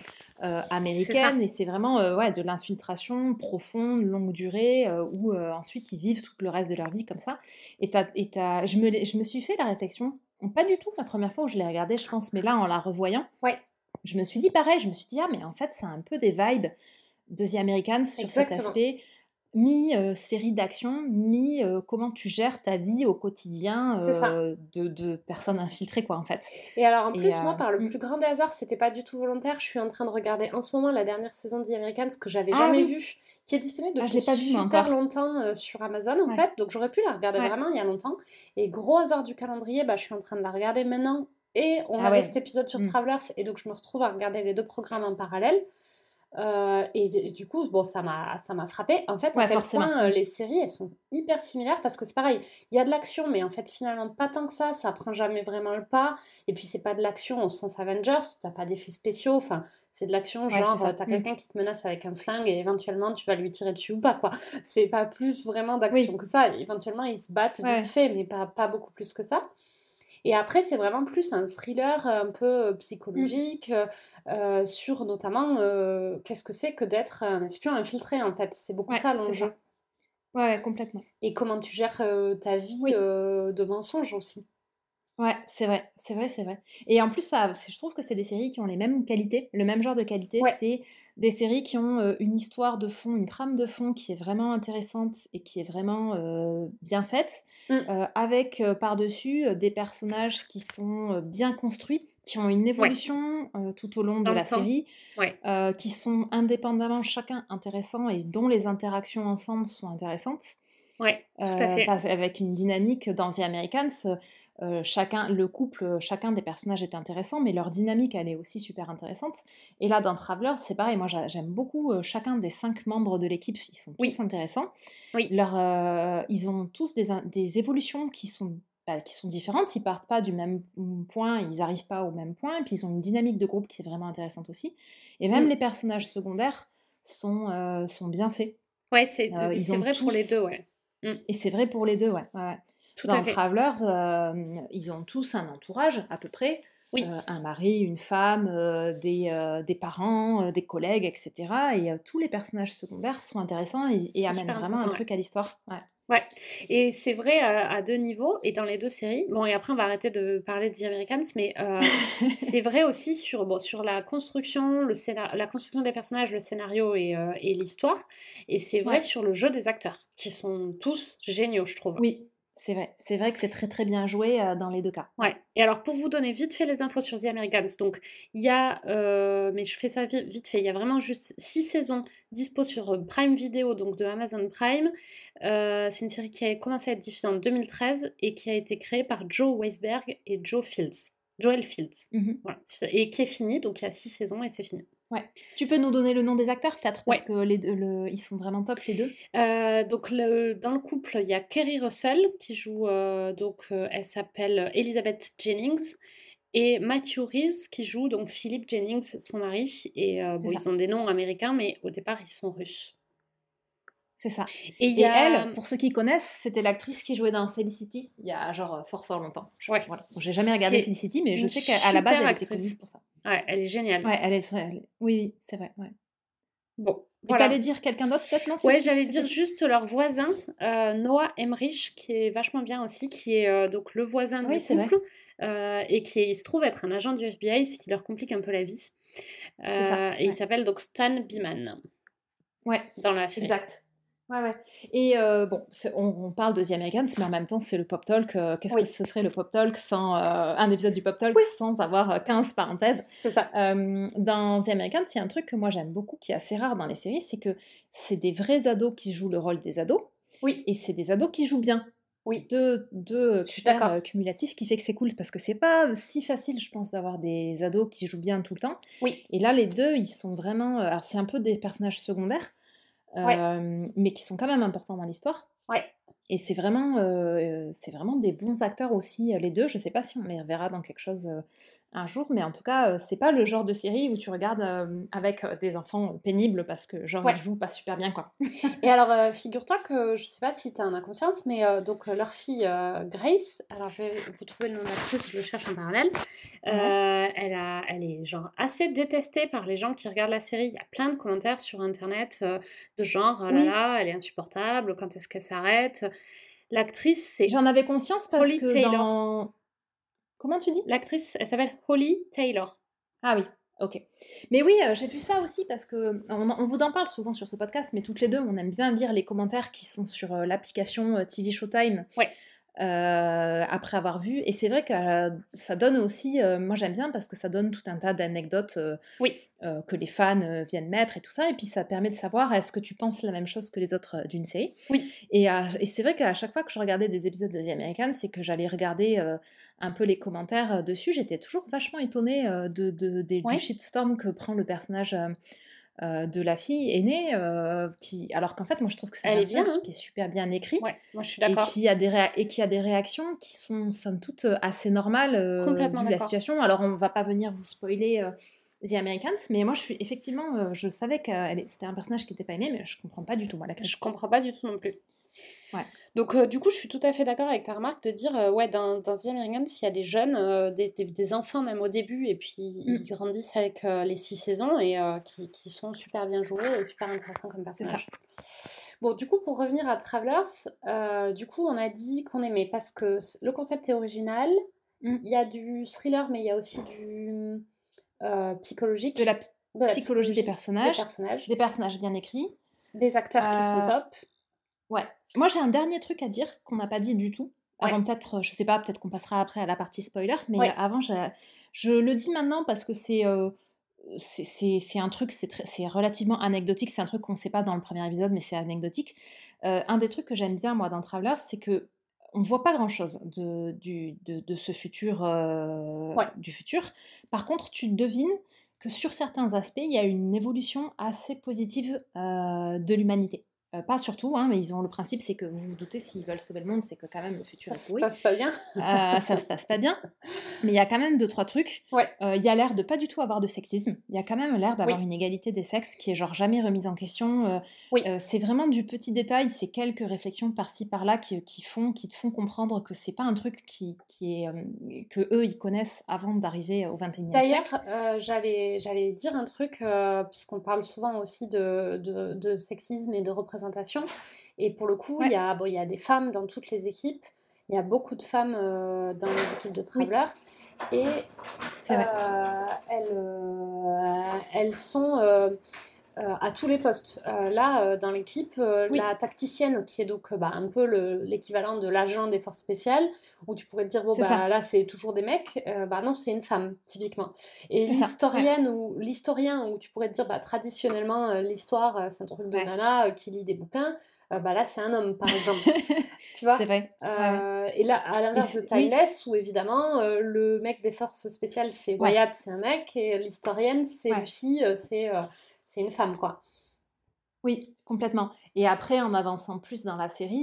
c'est ça. américaine et c'est vraiment, ouais, de l'infiltration profonde, longue durée, où, ensuite ils vivent tout le reste de leur vie comme ça et tu je me suis fait la réflexion, pas du tout la première fois où je l'ai regardée je pense, mais là en la revoyant, Ouais, je me suis dit pareil, je me suis dit: «Ah mais en fait, c'est un peu des vibes de The Americans sur cet exactement. aspect mi, série d'action, mi, comment tu gères ta vie au quotidien, C'est ça. de personnes infiltrées quoi, en fait» Et alors, en et plus, moi, par le mmh. plus grand des hasards, c'était pas du tout volontaire. Je suis en train de regarder en ce moment la dernière saison de The Americans que j'avais Ah jamais oui! vue, qui est disponible Ah je depuis l'ai pas vu moi super encore. longtemps sur Amazon, en Ouais, fait. Donc, j'aurais pu la regarder ouais. vraiment il y a longtemps. Et gros hasard du calendrier, bah, je suis en train de la regarder maintenant. Et on Ah avait cet ouais. épisode sur Mmh. Travelers, et donc je me retrouve à regarder les deux programmes en parallèle. Et du coup, bon, ça m'a frappée, en fait, à Ouais, quel forcément. point, Mmh. les séries, elles sont hyper similaires parce que c'est pareil, il y a de l'action, mais en fait, finalement, pas tant que ça prend jamais vraiment le pas et puis c'est pas de l'action au sens Avengers, tu pas d'effets spéciaux, enfin, c'est de l'action Ouais, c'est genre, ça. tu Mmh. quelqu'un qui te menace avec un flingue et éventuellement tu vas lui tirer dessus ou pas, quoi. C'est pas plus vraiment d'action Oui. que ça. Éventuellement, ils se battent Ouais, vite ouais. fait, mais pas beaucoup plus que ça. Et après, c'est vraiment plus un thriller un peu Mmh. psychologique, sur notamment, qu'est-ce que c'est que d'être un espion infiltré, en fait. C'est beaucoup Ouais, ça c'est l'enjeu. ça. Ouais, ouais, complètement. Et comment tu gères, ta vie, Oui. de mensonge aussi. Ouais, c'est vrai, c'est vrai, c'est vrai et en plus ça je trouve que c'est des séries qui ont les mêmes qualités, le même genre de qualité. Ouais, C'est des séries qui ont, une histoire de fond, une trame de fond qui est vraiment intéressante et qui est vraiment, bien faite, mmh, avec, par-dessus, des personnages qui sont, bien construits, qui ont une ouais, évolution, tout au long de dans le la temps. série, Ouais, qui sont indépendamment chacun intéressants et dont les interactions ensemble sont intéressantes. ouais, tout à fait. Parce avec une dynamique dans The Americans, chacun le couple, chacun des personnages est intéressant, mais leur dynamique, elle est aussi super intéressante et là, dans Travelers, c'est pareil, moi j'aime beaucoup, chacun des 5 membres de l'équipe, ils sont tous Oui, intéressants. oui, Ils ont tous des évolutions qui sont différentes. Ils partent pas du même, point, ils arrivent pas au même point et puis ils ont une dynamique de groupe qui est vraiment intéressante aussi et même mmh. les personnages secondaires sont bien faits. Ouais, Ils c'est ont vrai pour les tous 2, ouais. Mmh, et c'est vrai pour les 2, ouais, ouais, ouais. tout à Dans fait. Travelers, ils ont tous un entourage à peu près, Oui, un mari, une femme, des parents, des collègues et cetera et tous les personnages secondaires sont intéressants et c'est amènent super vraiment un intéressant, ouais. truc à l'histoire. Ouais. Ouais, et c'est vrai, à 2 niveaux et dans les 2 séries. Bon, et après on va arrêter de parler de The Americans, mais c'est vrai aussi sur, bon, sur la construction, la construction des personnages, le scénario et l'histoire, et c'est vrai Ouais, sur le jeu des acteurs, qui sont tous géniaux, je trouve. oui, C'est vrai que c'est très très bien joué dans les deux cas. Ouais. Et alors, pour vous donner vite fait les infos sur The Americans, donc il y a, mais je fais ça vite fait, il y a vraiment juste 6 saisons dispo sur Prime Video, donc de Amazon Prime. C'est une série qui a commencé à être diffusée en 2013 et qui a été créée par Joe Weisberg et Joel Fields. Mhm. Voilà. Et qui est finie, donc il y a 6 saisons et c'est fini. Ouais. Tu peux nous donner le nom des acteurs peut-être parce Ouais. que ils sont vraiment top les deux. Donc dans le couple, il y a Kerry Russell qui joue, elle s'appelle Elizabeth Jennings, et Matthew Rhys qui joue donc Philip Jennings, son mari. Et C'est ça. ils ont des noms américains, mais au départ ils sont russes. C'est ça. Et il Et y a... elle, pour ceux qui connaissent, c'était l'actrice qui jouait dans Felicity il y a genre fort longtemps. Ouais. Voilà. Donc, j'ai jamais regardé Qui est Felicity, mais je une sais qu'à la base, super elle était actrice. connue pour ça. Ouais, elle est géniale. Ouais, oui, c'est vrai. Ouais. Bon, Et voilà. t'allais dire quelqu'un d'autre peut-être, non? Ouais, j'allais dire juste leur voisin, Noah Emmerich, qui est vachement bien aussi, qui est donc le voisin Oui, du c'est vrai. couple, et il se trouve être un agent du FBI, ce qui leur complique un peu la vie. C'est ça. Et il Ouais. s'appelle donc Stan Beeman Ouais, dans la série. exact. Ouais, ouais. Et bon, on parle de The Americans, mais en même temps, c'est le Pop Talk. Qu'est-ce Oui. que ce serait le Pop Talk sans un épisode du Pop Talk Oui. sans avoir 15 parenthèses? C'est ça. Dans The Americans, il y a un truc que moi j'aime beaucoup, qui est assez rare dans les séries, c'est que c'est des vrais ados qui jouent le rôle des ados, Oui, et c'est des ados qui jouent bien. oui. Deux Je suis critères d'accord. cumulatifs qui fait que c'est cool, parce que c'est pas si facile, je pense, d'avoir des ados qui jouent bien tout le temps. Oui, Et là, les deux, ils sont vraiment... alors, c'est un peu des personnages secondaires, ouais, mais qui sont quand même importants dans l'histoire. ouais. Et c'est vraiment des bons acteurs aussi, les deux. Je sais pas si on les reverra dans quelque chose un jour, mais en tout cas, c'est pas le genre de série où tu regardes avec des enfants pénibles parce que, genre, Ouais. ils jouent pas super bien, quoi. Et alors, figure-toi que, je sais pas si tu en as conscience, mais leur fille Grace, alors je vais vous trouver le nom de l'actrice, je le cherche en parallèle, Ouais. elle est genre assez détestée par les gens qui regardent la série. Il y a plein de commentaires sur internet de genre, oh là Oui, là, elle est insupportable, quand est-ce qu'elle s'arrête? L'actrice, c'est j'en avais conscience parce Holly que Taylor. dans... Comment tu dis? L'actrice, elle s'appelle Holly Taylor. Ah oui, OK. Mais oui, j'ai vu ça aussi parce que on vous en parle souvent sur ce podcast, mais toutes les 2, on aime bien lire les commentaires qui sont sur, l'application, TV Showtime, Ouais, après avoir vu, et c'est vrai que, ça donne aussi, moi j'aime bien parce que ça donne tout un tas d'anecdotes, oui, que les fans, viennent mettre et tout ça, et puis ça permet de savoir est-ce que tu penses la même chose que les autres, d'une série. oui, Et c'est vrai qu'à chaque fois que je regardais des épisodes de The Americans, c'est que j'allais regarder, un peu les commentaires, dessus. J'étais toujours vachement étonnée, du ouais, shitstorm que prend le personnage, de la fille aînée, alors qu'en fait, moi, je trouve que c'est un elle est bien, personnage hein? qui est super bien écrit Ouais, moi je suis et d'accord. qui a des réactions qui sont somme toute, assez normales, Complètement vu la d'accord. situation. Alors on va pas venir vous spoiler, The Americans, mais moi je suis effectivement, je savais que c'était un personnage qui était pas aimé, mais je comprends pas du tout moi la Je critique. comprends pas du tout non plus. Ouais. Donc, du coup, je suis tout à fait d'accord avec ta remarque de dire, ouais, dans The Americans, il y a des jeunes, des enfants même au début, et puis ils Mmh, grandissent avec les 6 saisons, et qui sont super bien joués et super intéressants comme c'est ça. personnages. Bon, du coup, pour revenir à Travelers, du coup, on a dit qu'on aimait parce que le concept est original, Mmh. il y a du thriller, mais il y a aussi du De la psychologique, p de la psychologie psychologie des personnages bien écrits. des acteurs qui sont Heu, top. ouais. Moi, j'ai un dernier truc à dire qu'on n'a pas dit du tout, Ouais, avant peut-être, je sais pas, peut-être qu'on passera après à la partie spoiler, mais ouais, avant je le dis maintenant parce que c'est un truc, c'est relativement anecdotique, c'est un truc qu'on sait pas dans le premier épisode, mais c'est anecdotique. Un des trucs que j'aime bien moi dans Travelers, c'est qu'on ne voit pas grand-chose de ce futur, ouais. du futur. Par contre, tu devines que sur certains aspects, il y a une évolution assez positive, de l'humanité. Pas sur tout, hein, mais ils ont le principe, c'est que vous vous doutez, s'ils veulent sauver le monde, c'est que quand même le futur Ça est se pourri. passe pas bien. Ça se passe pas bien. Mais il y a quand même 2-3 trucs. Ouais, Il y a l'air de pas du tout avoir de sexisme. Il y a quand même l'air d'avoir oui, une égalité des sexes qui est genre jamais remise en question. oui. C'est vraiment du petit détail, c'est quelques réflexions par-ci par-là qui te font comprendre que c'est pas un truc qui est, que eux ils connaissent avant d'arriver au 21e D'ailleurs, siècle. j'allais dire un truc, puisqu'on parle souvent aussi de sexisme et de représentation. Et pour le coup, Ouais, il y a des femmes dans toutes les équipes. Il y a beaucoup de femmes dans les équipes de oui, Traveler. Et c'est vrai. elles sont à tous les postes. Là, dans l'équipe, Oui, la tacticienne, qui est donc un peu l'équivalent de l'agent des forces spéciales, où tu pourrais te dire, bon, c'est ça, là, c'est toujours des mecs, non, c'est une femme, typiquement. Et c'est ça. Ouais, l'historienne ou l'historien, où tu pourrais te dire, traditionnellement, l'histoire, c'est un truc de ouais. nana qui lit des bouquins, là, c'est un homme, par exemple. Tu C'est vois? vrai. Ouais, ouais. Et là, à Et l'inverse de oui, Timeless, où évidemment, le mec des forces spéciales, c'est ouais, Wyatt, c'est un mec, et l'historienne, c'est ouais. Lucie, c'est une femme, quoi. Oui, complètement. Et après, en avançant plus dans la série,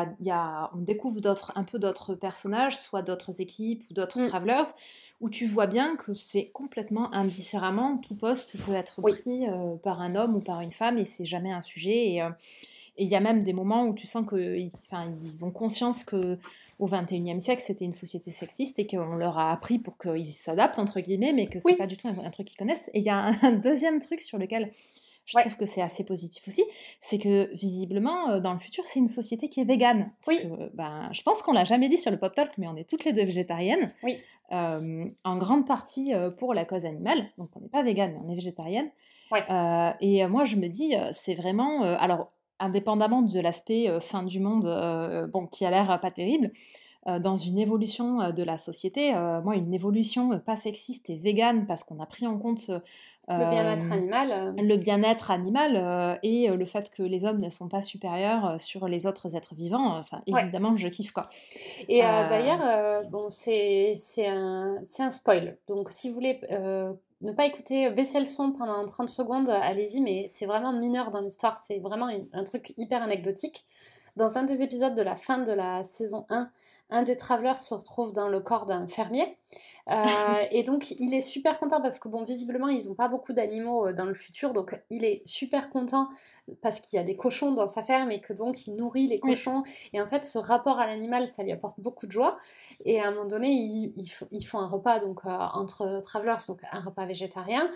on découvre un peu d'autres personnages, soit d'autres équipes ou d'autres Mm. travelers, où tu vois bien que c'est complètement indifféremment. Tout poste peut être Oui, pris par un homme ou par une femme et c'est jamais un sujet. Et il y a même des moments où tu sens qu'ils ils ont conscience que au XXIe siècle, c'était une société sexiste et qu'on leur a appris pour qu'ils s'adaptent, entre guillemets, mais que c'est pas oui, du tout un truc qu'ils connaissent. Et il y a un deuxième truc sur lequel je ouais, trouve que c'est assez positif aussi, c'est que visiblement, dans le futur, c'est une société qui est végane. Parce que, oui, je pense qu'on l'a jamais dit sur le Pop Talk, mais on est toutes les 2 végétariennes, oui, en grande partie, pour la cause animale. Donc on n'est pas végane, mais on est végétarienne. ouais. Moi je me dis, c'est vraiment, alors indépendamment de l'aspect, fin du monde, bon qui a l'air, pas terrible, dans une évolution, de la société, moi une évolution, pas sexiste et végane parce qu'on a pris en compte, Le bien-être hem animal. le bien-être animal, et le fait que les hommes ne sont pas supérieurs, sur les autres êtres vivants, enfin Ouais. évidemment je kiffe quoi. Et Heu, d'ailleurs, bon, c'est un spoil. Donc, si vous voulez ne pas écouter, baissez le son pendant 30 secondes, allez-y, mais c'est vraiment mineur dans l'histoire. C'est vraiment un truc hyper anecdotique. Dans un des épisodes de la fin de la saison 1, un des travelers se retrouve dans le corps d'un fermier. oui, Et donc, il est super content parce que, bon, visiblement, ils n'ont pas beaucoup d'animaux dans le futur. Donc, il est super content parce qu'il y a des cochons dans sa ferme et que donc, il nourrit les oui, cochons. Et en fait, ce rapport à l'animal, ça lui apporte beaucoup de joie. Et à un moment donné, ils font un repas donc, entre travelers, donc un repas végétarien.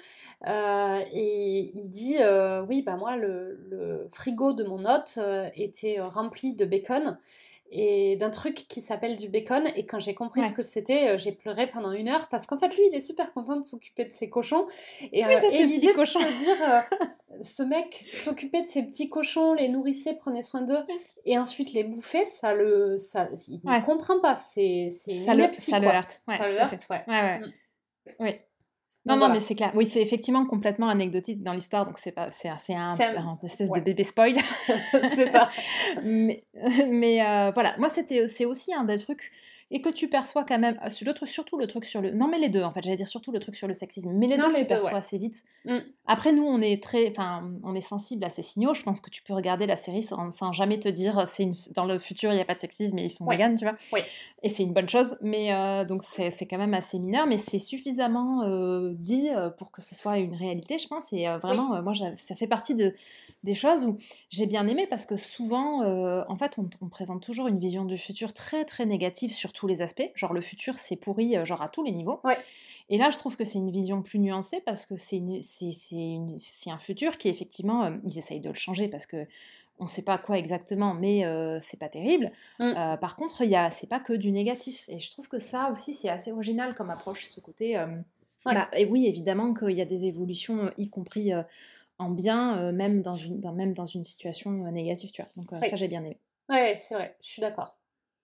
Et il dit oui, bah, moi, le frigo de mon hôte était rempli de bacon et d'un truc qui s'appelle du bacon. Et quand j'ai compris ce ouais. que c'était, j'ai pleuré pendant 1 heure parce qu'en fait, lui, il est super content de s'occuper de ses cochons. Et, Oui, euh, tu et ces petits l'idée de cochons. se dire, ce mec s'occupait de ses petits cochons, les nourrissait, prenait soin d'eux, et ensuite les bouffer, il ne Ouais, comprend pas. C'est une ineptie, ça le quoi. heurte, ouais, Ça le tout à fait. heurte, ouais. Ouais, ouais, Mm. oui. Non, Donc non, mais voilà. c'est clair. Oui, c'est effectivement complètement anecdotique dans l'histoire, donc c'est pas c'est C'est un espèce de Ouais, bébé spoil. c'est ça. Mais voilà, moi c'est aussi un des trucs et que tu perçois quand même, surtout le truc sur le non mais les 2 en fait, j'allais dire surtout le truc sur le sexisme, mais les Non, 2 les tu deux, perçois ouais. assez vite. Mm. Après nous on est sensible à ces signaux, je pense que tu peux regarder la série sans jamais te dire, c'est une dans le futur il y a pas de sexisme et ils sont Ouais, véganes, tu vois? ouais, Et c'est une bonne chose, mais donc c'est quand même assez mineur, mais c'est suffisamment, dit, pour que ce soit une réalité, je pense et oui, vraiment, moi ça fait partie des choses où j'ai bien aimé parce que souvent, en fait, on présente toujours une vision du futur très, très négative sur tous les aspects. Genre le futur, c'est pourri, genre à tous les niveaux ouais, et là, je trouve que c'est une vision plus nuancée parce que c'est un futur qui effectivement, ils essayent de le changer parce qu'on ne sait pas quoi exactement, mais c'est pas terrible. mm, Par contre, il y a c'est pas que du négatif et je trouve que ça aussi, c'est assez original comme approche, ce côté, ouais, et oui, évidemment qu'il y a des évolutions, y compris, en bien, même dans une situation, négative, tu vois? Donc ça, ouais, j'ai bien aimé. ouais, c'est vrai, je suis d'accord.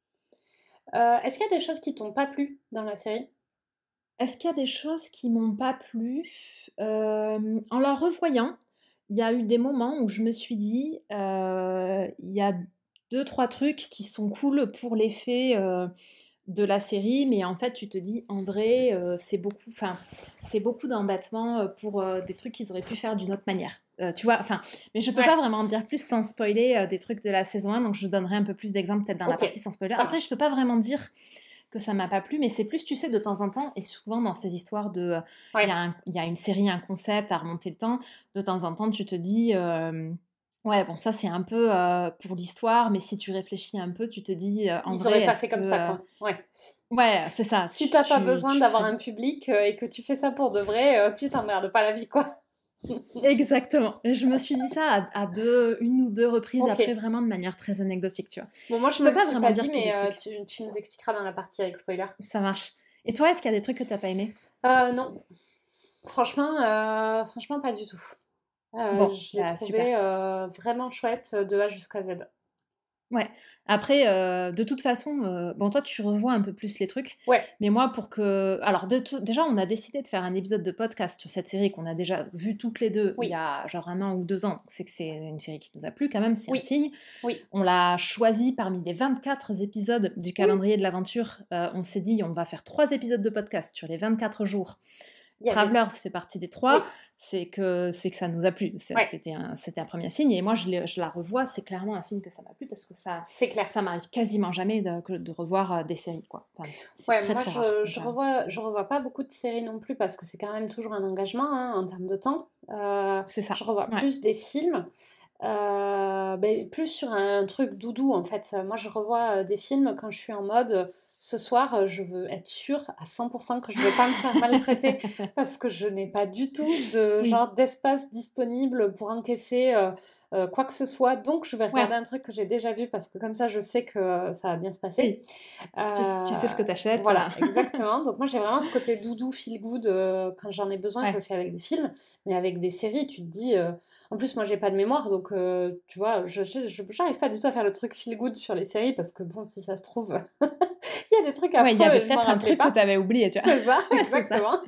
Est-ce qu'il y a des choses qui t'ont pas plu dans la série? Est-ce qu'il y a des choses qui m'ont pas plu? En la revoyant, il y a eu des moments où je me suis dit, il y a deux trois trucs qui sont cool pour l'effet, de la série, mais en fait, tu te dis: «En vrai, c'est beaucoup d'embêtement, pour, des trucs qu'ils auraient pu faire d'une autre manière». Tu vois? Enfin, mais je peux Ouais, pas vraiment en dire plus sans spoiler, des trucs de la saison 1, donc je donnerai un peu plus d'exemples peut-être dans la ok, partie sans spoiler. ça Après, je marche. peux pas vraiment dire que ça m'a pas plu, mais c'est plus, tu sais, de temps en temps, et souvent dans ces histoires de, Ouais, il y a une série, un concept à remonter le temps, de temps en temps, tu te dis, ouais, bon, ça c'est un peu pour l'histoire, mais si tu réfléchis un peu, tu te dis, en ils vrai, auraient pas est-ce fait que. comme ça, quoi. Ouais. Ouais, c'est ça, Si t'as pas besoin tu d'avoir ferais. un public et que tu fais ça pour de vrai, tu t'emmerdes pas la vie, quoi. Exactement. Et je me suis dit ça une ou deux reprises Ok. après, vraiment de manière très anecdotique, tu vois. Bon, moi, je Je me peux le pas suis vraiment pas dit, dire qu'il y a mais des trucs. tu nous expliqueras dans la partie avec spoiler. Ça marche. Et toi, est-ce qu'il y a des trucs que t'as pas aimé? Non. Franchement, pas du tout. Bon, Je l'ai bah, super. trouvé vraiment chouette de A jusqu'à Z. Ouais. Après, de toute façon, bon, toi, tu revois un peu plus les trucs, Ouais, mais moi, pour que alors déjà, on a décidé de faire un épisode de podcast sur cette série qu'on a déjà vue toutes les 2 il y oui, a genre 1 an ou 2 ans. C'est que c'est une série qui nous a plu quand même, c'est un oui, signe. oui, On l'a choisie parmi les 24 épisodes du oui. calendrier de l'aventure. On s'est dit: «On va faire 3 épisodes de podcast sur les 24 jours». Il y avait Travelers fait partie des 3, oui, c'est que ça nous a plu. ouais, C'était un premier signe et moi je la revois, c'est clairement un signe que ça m'a plu parce que ça c'est clair. ça m'arrive quasiment jamais de revoir, des séries, quoi. Enfin, c'est Ouais, très, moi très rare, donc je revois pas beaucoup de séries non plus parce que c'est quand même toujours un engagement, hein, en termes de temps. c'est Je ça. revois Ouais. plus des films, plus sur un truc doudou, en fait. Moi, je revois, des films quand je suis en mode, ce soir, je veux être sûre à 100 que je vais pas me faire maltraiter parce que je n'ai pas du tout de Oui, genre d'espace disponible pour encaisser, quoi que ce soit. Donc je vais regarder ouais, un truc que j'ai déjà vu parce que comme ça, je sais que ça va bien se passer. oui. Tu sais ce que t'achètes. Voilà, exactement. Donc moi, j'ai vraiment ce côté doudou, feel good, quand j'en ai besoin, je le Ouais. fais avec des films. Mais avec des séries, tu te dis, en plus, moi, j'ai pas de mémoire, donc tu vois, j'arrive pas du tout à faire le truc feel good sur les séries parce que bon, si ça se trouve, il y a des trucs Ouais, il y affreux avait et je m'en peut-être un rappelais truc que pas. tu avais oublié, tu vois? C'est ça, C'est ça, exactement.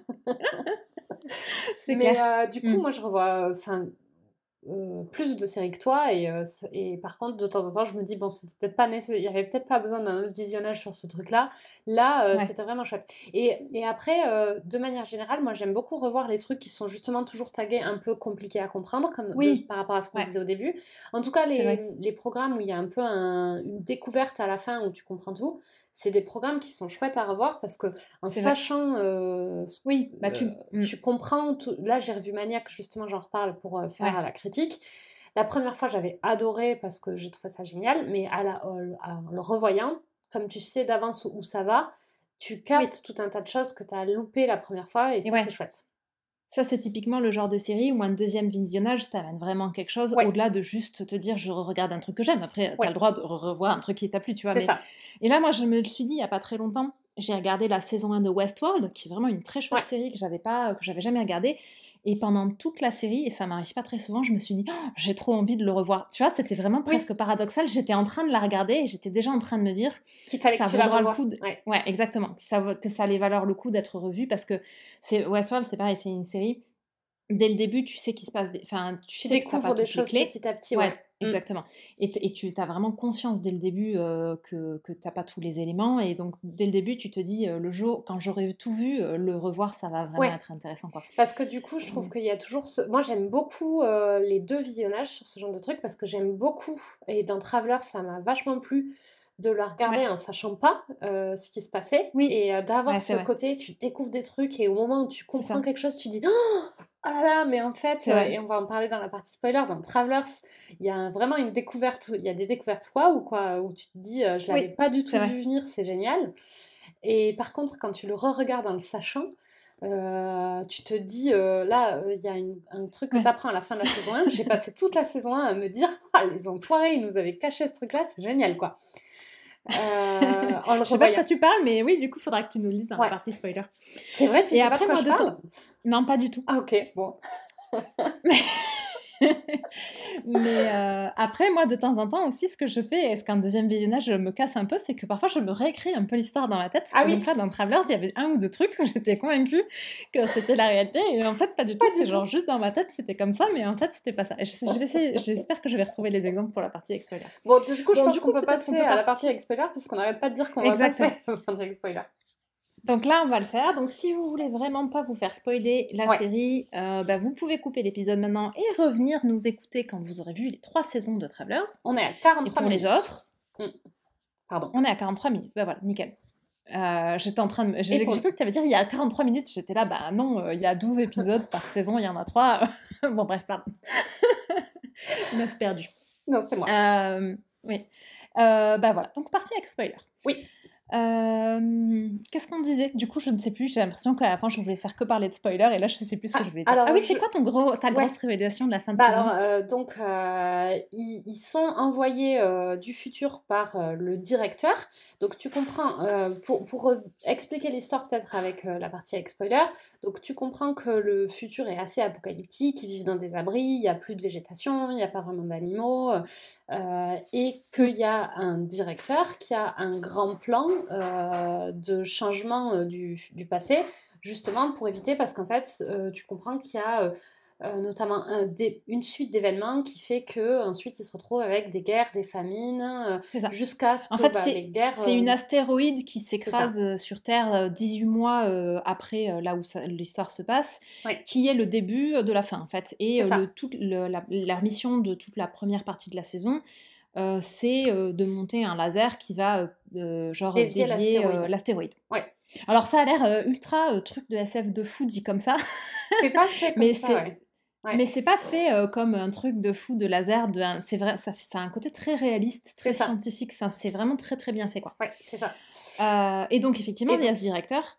c'est Mais clair. du coup, Mmh. moi, je revois, enfin, plus de séries que toi et par contre, de temps en temps, je me dis: «Bon, c'était peut-être pas nécessaire, il y avait peut-être pas besoin d'un autre visionnage sur ce truc-là». Là, Ouais. c'était vraiment chouette et après, de manière générale, moi, j'aime beaucoup revoir les trucs qui sont justement toujours tagués un peu compliqués à comprendre comme Oui, par rapport à ce qu'on ouais, disait au début. En tout cas, c'est vrai. les programmes où il y a un peu une découverte à la fin où tu comprends tout, c'est des programmes qui sont chouettes à revoir parce qu'en C'est vrai. sachant, Oui, bah, tu comprends tout. Là, j'ai revu Maniac, justement, j'en reparle pour, faire ouais. la critique. La première fois, j'avais adoré parce que j'ai trouvé ça génial, mais en le revoyant, comme tu sais d'avance où ça va, tu Oui captes tout un tas de choses que tu as loupées la première fois et et ça, c'est ouais. chouette. Ça, c'est typiquement le genre de série où un deuxième visionnage t'amène vraiment quelque chose, Ouais, au-delà de juste te dire: «Je regarde un truc que j'aime». Après, tu as le ouais, droit de revoir un truc qui t'a plu, tu vois? c'est Mais ça. et là, moi, je me le suis dit il y a pas très longtemps, j'ai regardé la saison 1 de Westworld, qui est vraiment une très chouette Ouais, série que j'avais jamais regardée et pendant toute la série et ça m'arrive pas très souvent, je me suis dit: «Oh, j'ai trop envie de le revoir». Tu vois? C'était vraiment oui, presque paradoxal. J'étais en train de la regarder et j'étais déjà en train de me dire: qu'il fallait que «Ça tu la vaudra le revoies. coup de». Ouais. Ouais, exactement, que ça allait valoir le coup d'être revu parce que c'est Westworld, c'est pareil, c'est une série dès le début, tu sais qu'il se passe des enfin, tu Tu sais que tu as pas découvres des toutes les choses clés. petit à petit, Ouais, ouais. Mmh. exactement et tu as vraiment conscience dès le début, que tu as pas tous les éléments et donc dès le début, tu te dis, «Le jour quand j'aurai tout vu, le revoir, ça va vraiment Ouais. être intéressant, quoi». Parce que du coup, je trouve Mmh. qu'il y a toujours ce moi j'aime beaucoup, les 2 visionnages sur ce genre de truc parce que j'aime beaucoup et dans Travelers, ça m'a vachement plu de la regarder Ouais, en sachant pas, ce qui se passait oui, et ouais, d'avoir c'est ce vrai, côté, tu découvres des trucs et au moment où tu c'est comprends ça, quelque chose, tu dis: «Oh oh là là, mais en fait» c'est vrai. et on va en parler dans la partie spoiler, dans Travelers, il y a vraiment une découverte, il y a des découvertes waouh quoi, où tu te dis: «Je l'avais Oui, pas du c'est tout vrai. vu venir, c'est génial». Et par contre, quand tu le re-regardes en le sachant, tu te dis, là, il y a un truc que tu Ouais. apprends à la fin de la saison 1. J'ai passé toute la saison 1 à me dire: «Ah les enfoirés, ils nous avaient caché ce truc-là, c'est génial quoi». En le Je sais pas de quoi revoyant. tu parles, mais oui, du coup, faudra que tu nous le dises dans la Ouais. partie spoiler C'est vrai, tu et sais pas de après quoi moi je de temps parle? non, pas du tout. Ah OK, bon. Mais après, moi, de temps en temps aussi, ce que je fais et ce qu'un deuxième visionnage me casse un peu, c'est que parfois je me réécris un peu l'histoire dans ma tête Ah et donc oui, là, dans Travelers, il y avait un ou 2 trucs où j'étais convaincue que c'était la réalité et en fait, pas du tout. pas C'est du genre tout. juste dans ma tête, c'était comme ça, mais en fait, c'était pas ça et je vais essayer j'espère que je vais retrouver les exemples pour la partie avec spoiler. Bon, du coup, je Bon, pense du qu'on coup, peut peut-être qu'on passer peut à la partie partir avec spoiler puisqu'on n'arrête pas de dire qu'on va passer exactement. à la partie avec spoiler. Donc là, on va le faire. Donc si vous voulez vraiment pas vous faire spoiler la Ouais, série, bah, vous pouvez couper l'épisode maintenant et revenir nous écouter quand vous aurez vu les 3 saisons de Travelers on est à et 43 pour les minutes. autres, Mmh, pardon. on est à 43 minutes. Bah, voilà, nickel. J'étais en train de me Et j'ai pour j'ai le cru que tu avais dit: «Il y a 43 minutes», j'étais là: «Bah, non, il y a 12 épisodes par saison, il y en a 3. Bon bref, pardon. Meuf perdue. non, c'est moi. Oui. Bah, voilà, donc partie avec spoiler. Oui. Qu'est-ce qu'on disait? Du coup, je ne sais plus, j'ai l'impression qu'à la fin, je voulais faire que parler de spoilers et là, je sais plus ce que Ah, je voulais dire. Ah alors oui, je c'est quoi ta ouais. grosse révélation de la fin de Bah saison alors, 1? donc, ils sont envoyés, du futur par, le directeur. Donc tu comprends, pour expliquer l'histoire peut-être avec, la partie avec spoiler, donc tu comprends que le futur est assez apocalyptique, ils vivent dans des abris, il y a plus de végétation, il y a pas vraiment d'animaux, et Mmh. qu'il y a un directeur qui a un grand plan, de changement, du passé, justement pour éviter parce qu'en fait, tu comprends qu'il y a, notamment une suite d'événements qui fait que ensuite ils se retrouvent avec des guerres, des famines, C'est ça. jusqu'à ce En que, fait, bah, les guerres, c'est une astéroïde qui c'est ça. s'écrase, sur Terre, 18 mois, après, là où l'histoire se passe, Ouais, qui est le début, de la fin, en fait et c'est ça. la mission de toute la première partie de la saison, c'est, de monter un laser qui va, genre, Dévier dévier, l'astéroïde. l'astéroïde. Ouais. Alors ça a l'air, ultra, truc de SF de fou dit comme ça, C'est pas fait comme mais ça, c'est ouais. Ouais, pas fait, comme un truc de fou de laser, c'est vrai, ça a un côté très réaliste, c'est très ça. scientifique, ça c'est vraiment très, très bien fait, quoi. Ouais, c'est ça. Et donc effectivement, Et il y a donc ce directeur.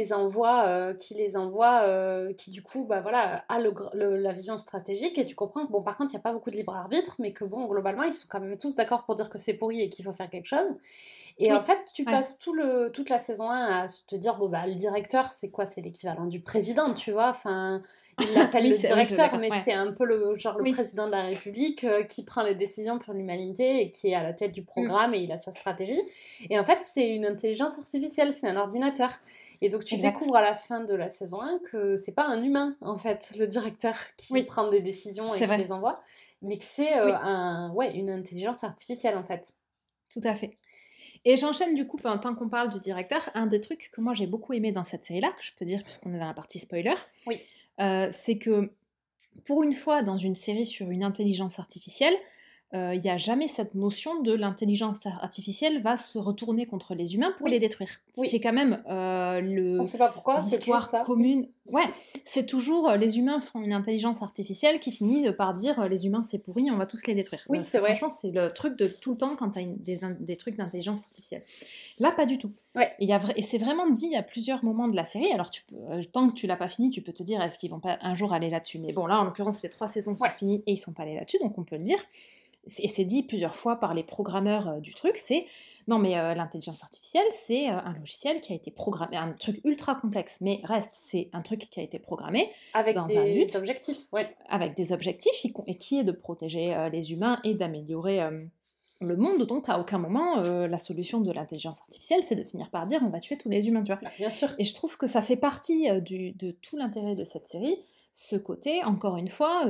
qui du coup, bah, voilà, a la vision stratégique et tu comprends que bon, par contre, il y a pas beaucoup de libre arbitre, mais que bon, globalement, ils sont quand même tous d'accord pour dire que c'est pourri et qu'il faut faire quelque chose. Et en Oui, fait, tu ouais, passes toute la saison 1 à te dire, bon, bah, le directeur, c'est quoi? C'est l'équivalent du président, tu vois? Enfin, il l'appelle oui, le oui, je suis directeur, d'accord, mais ouais. c'est un peu le Oui. président de la République qui prend les décisions pour l'humanité et qui est à la tête du Mmh, programme et il a sa stratégie. Et en fait, c'est une intelligence artificielle, c'est un ordinateur. Et donc, tu exact. découvres à la fin de la saison 1 que c'est pas un humain, en fait, le directeur qui Oui, prend des décisions et c'est qui vrai. les envoie, mais que c'est Oui, ouais, une intelligence artificielle, en fait. tout à fait. Et j'enchaîne du coup, pendant tant qu'on parle du directeur, un des trucs que moi j'ai beaucoup aimé dans cette série-là, que je peux dire puisqu'on est dans la partie spoiler, Oui, c'est que pour une fois dans une série sur une intelligence artificielle, il y a jamais cette notion de l'intelligence artificielle va se retourner contre les humains pour les oui, détruire. Ce qui est oui. quand même, On sait pas pourquoi, c'est toujours l'histoire ça, oui. commune. Ouais, c'est toujours, les humains font une intelligence artificielle qui finit, par dire, «Les humains c'est pourri, on va tous les détruire». Oui, c'est C'est vrai. franchement, c'est le truc de tout le temps quand tu as des trucs d'intelligence artificielle. Là, pas du tout. Ouais, Et c'est vraiment dit à plusieurs moments de la série. Alors, tant que tu l'as pas fini, tu peux te dire est-ce qu'ils vont pas un jour aller là-dessus. Mais bon, là, en l'occurrence, les 3 saisons sont ouais, finies et ils sont pas allés là-dessus, donc on peut le dire. Et c'est dit plusieurs fois par les programmeurs du truc. C'est non, mais l'intelligence artificielle, c'est un logiciel qui a été programmé, un truc ultra complexe, mais reste, c'est un truc qui a été programmé avec dans un des but, objectifs, ouais. avec des objectifs, et qui est de protéger les humains et d'améliorer le monde, donc à aucun moment, la solution de l'intelligence artificielle, c'est de finir par dire: «On va tuer tous les humains», tu vois? Bah, bien sûr. Et je trouve que ça fait partie, de tout l'intérêt de cette série, ce côté, encore une fois,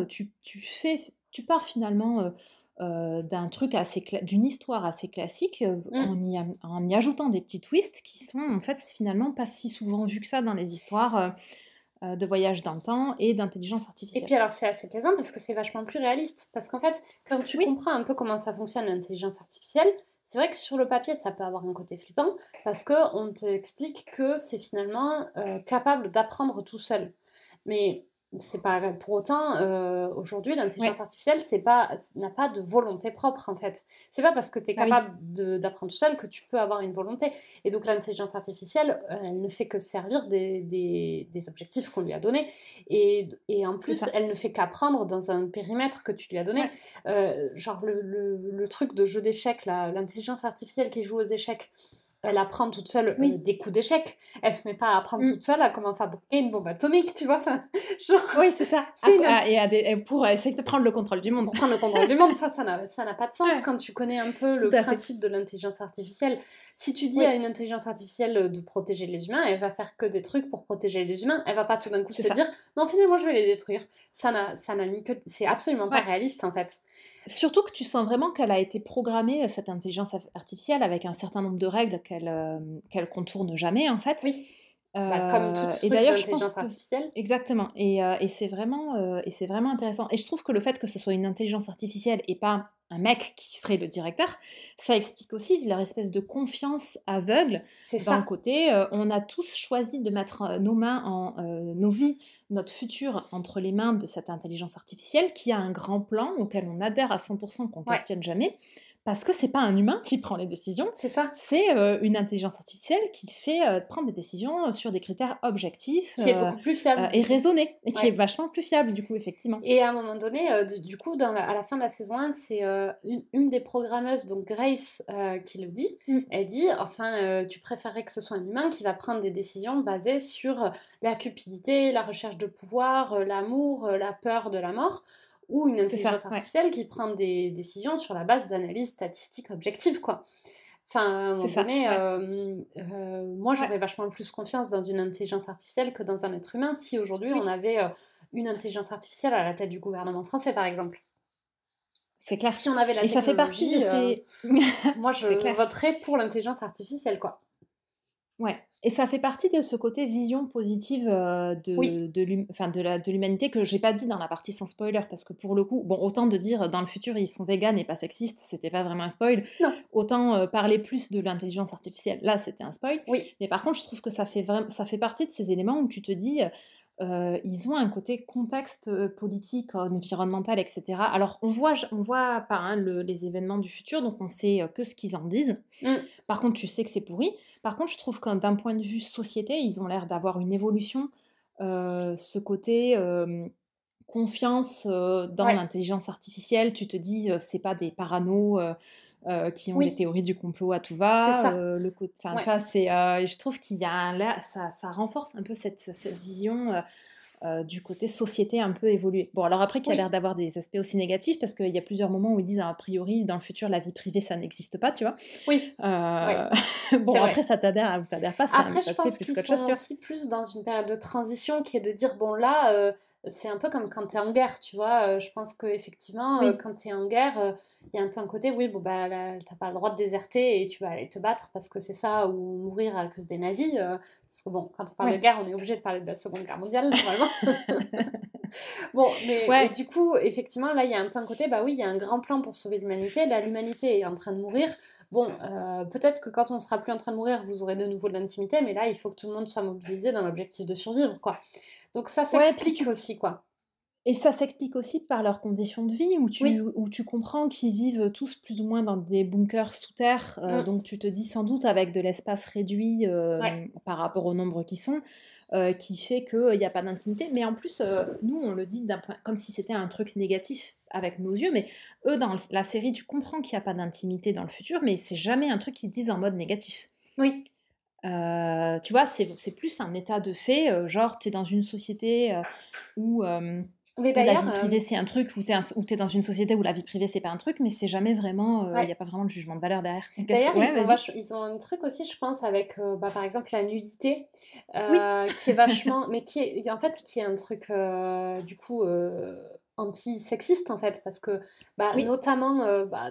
tu pars finalement, d'un truc assez d'une histoire assez classique, Mmh. en y ajoutant des petits twists qui sont, en fait, finalement pas si souvent vus que ça dans les histoires, de voyage dans le temps et d'intelligence Et artificielle. puis alors, c'est assez plaisant parce que c'est vachement plus réaliste. Parce qu'en fait, quand tu Oui, comprends un peu comment ça fonctionne l'intelligence artificielle, c'est vrai que sur le papier, ça peut avoir un côté flippant parce qu'on t'explique que c'est finalement capable d'apprendre tout seul. Mais c'est pas pour autant, aujourd'hui, l'intelligence ouais, artificielle, n'a pas de volonté propre, en fait. C'est pas parce que tu es bah oui, capable d'apprendre tout seul que tu peux avoir une volonté. Et donc l'intelligence artificielle, elle ne fait que servir des objectifs qu'on lui a donnés et en c'est plus, ça. elle ne fait qu'apprendre dans un périmètre que tu lui as donné. Ouais, Genre le truc de jeu d'échecs là, l'intelligence artificielle qui joue aux échecs, elle apprend toute seule, oui. des coups d'échecs. Elle se met pas à apprendre Mmh. toute seule à comment fabriquer une bombe atomique, tu vois? Enfin, genre, Oui, c'est ça. c'est une Et pour essayer de prendre le contrôle du monde. pour prendre le contrôle du monde, enfin, ça n'a pas de sens Ouais, quand tu connais un peu tout le à fait. principe de l'intelligence artificielle. Si tu dis à Oui, une intelligence artificielle, de protéger les humains, elle va faire que des trucs pour protéger les humains. Elle va pas tout d'un coup c'est se ça. dire: «Non, finalement, je vais les détruire». Ça n'a ni que c'est absolument pas Ouais. réaliste, en fait. Surtout que tu sens vraiment qu'elle a été programmée, cette intelligence artificielle, avec un certain nombre de règles qu'elle contourne jamais, en fait. Oui, bah, comme tout Et truc d'ailleurs, je pense d'intelligence que artificielle. exactement, et c'est vraiment intéressant et je trouve que le fait que ce soit une intelligence artificielle et pas un mec qui serait le directeur, ça explique aussi leur espèce de confiance aveugle C'est dans le ça. côté, on a tous choisi de mettre, nos mains nos vies, notre futur entre les mains de cette intelligence artificielle qui a un grand plan auquel on adhère à 100 qu'on Ouais. questionne jamais, Parce que c'est pas un humain qui prend les décisions, C'est ça. c'est, une intelligence artificielle qui fait, prendre des décisions, sur des critères objectifs, Qui est beaucoup plus fiable, et du coup. raisonnés et qui est Ouais. vachement plus fiable, du coup, effectivement. Et à un moment donné, du coup, à la fin de la saison 1, c'est une des programmeuses, donc Grace, qui le dit. Mmh. Elle dit, enfin, tu préférerais que ce soit un humain qui va prendre des décisions basées sur la cupidité, la recherche de pouvoir, l'amour, la peur de la mort, ou une C'est ça, intelligence ouais, artificielle qui prend des décisions sur la base d'analyses statistiques objectives, quoi. Enfin, à un c'est moment ça, donné, ouais, moi ouais. j'aurais vachement plus confiance dans une intelligence artificielle que dans un être humain si aujourd'hui on Oui, avait une intelligence artificielle à la tête du gouvernement français, par exemple. c'est clair Si on avait la et ça fait partie de technologie, ces moi c'est je clair. voterais pour l'intelligence artificielle, quoi. Ouais et ça fait partie de ce côté vision positive, Oui, de l'humanité que j'ai pas dit dans la partie sans spoiler parce que pour le coup, bon autant de dire dans le futur ils sont véganes et pas sexistes, c'était pas vraiment un spoil, non, autant, parler plus de l'intelligence artificielle, là c'était un spoil. oui, Mais par contre je trouve que ça fait partie de ces éléments où tu te dis, ils ont un côté contexte, politique, environnemental et cetera. Alors on voit pas, hein, les événements du futur donc on sait, que ce qu'ils en disent. mmh, Par contre, tu sais que c'est pourri. Par contre, je trouve que d'un point de vue société, ils ont l'air d'avoir une évolution, ce côté, confiance, dans ouais, l'intelligence artificielle. Tu te dis, c'est pas des parano, qui ont des oui, théories du complot à tout c'est va, ça, le côté enfin, tu ouais. vois, c'est, je trouve qu'il y a un là, ça renforce un peu cette vision, du côté société un peu évolué. Bon, alors après qu'il y a l'air Oui, d'avoir des aspects aussi négatifs parce qu'il y a plusieurs moments où ils disent: «A priori, dans le futur, la vie privée, ça n'existe pas», tu vois? oui, ouais, Bon c'est après vrai. ça t'adhère ou t'adhère pas, Après, je ça te fait pense plus qu'ils qu'autre chose, sont tu vois? aussi plus dans une période de transition qui est de dire, bon là, c'est un peu comme quand tu es en guerre, tu vois? Je pense qu'effectivement, Oui, quand tu es en guerre, il y a un peu un côté, oui, bon bah là, tu pas le droit de déserter et tu vas aller te battre parce que c'est ça ou mourir à cause des nazis, parce que bon, quand on parle de ouais. guerre, on est obligé de parler de la Seconde Guerre mondiale normalement. Bon, mais et Ouais, du coup, effectivement, là, il y a un peu un côté, bah oui, il y a un grand plan pour sauver l'humanité. Là, l'humanité est en train de mourir. Bon, peut-être que quand on sera plus en train de mourir, vous aurez de nouveau de l'intimité, mais là, il faut que tout le monde soit mobilisé dans l'objectif de survivre, quoi. Donc ça ouais, puis s'explique tu aussi, quoi. et ça s'explique aussi par leurs conditions de vie Oui, où tu comprends qu'ils vivent tous plus ou moins dans des bunkers sous terre, mmh, donc tu te dis sans doute avec de l'espace réduit, ouais, par rapport au nombre qui sont, qui fait qu'il y a pas d'intimité. Mais en plus, nous on le dit d'un point comme si c'était un truc négatif avec nos yeux, mais eux dans la série, tu comprends qu'il y a pas d'intimité dans le futur, mais c'est jamais un truc qu'ils disent en mode négatif. oui. Tu vois, c'est plus un état de fait, genre tu es dans une société, où, Mais où la d'ailleurs, vie privée c'est un truc, où tu es dans une société où la vie privée c'est pas un truc, mais c'est jamais vraiment, il y ouais. a pas vraiment de jugement de valeur derrière. Qu'est-ce que D'ailleurs, ouais, vas-y? ils ont un truc aussi, je pense, avec, bah, par exemple, la nudité, Oui. qui est vachement mais qui est en fait, qui est un truc, du coup, anti-sexiste, en fait. Parce que, bah, Oui. notamment, bah,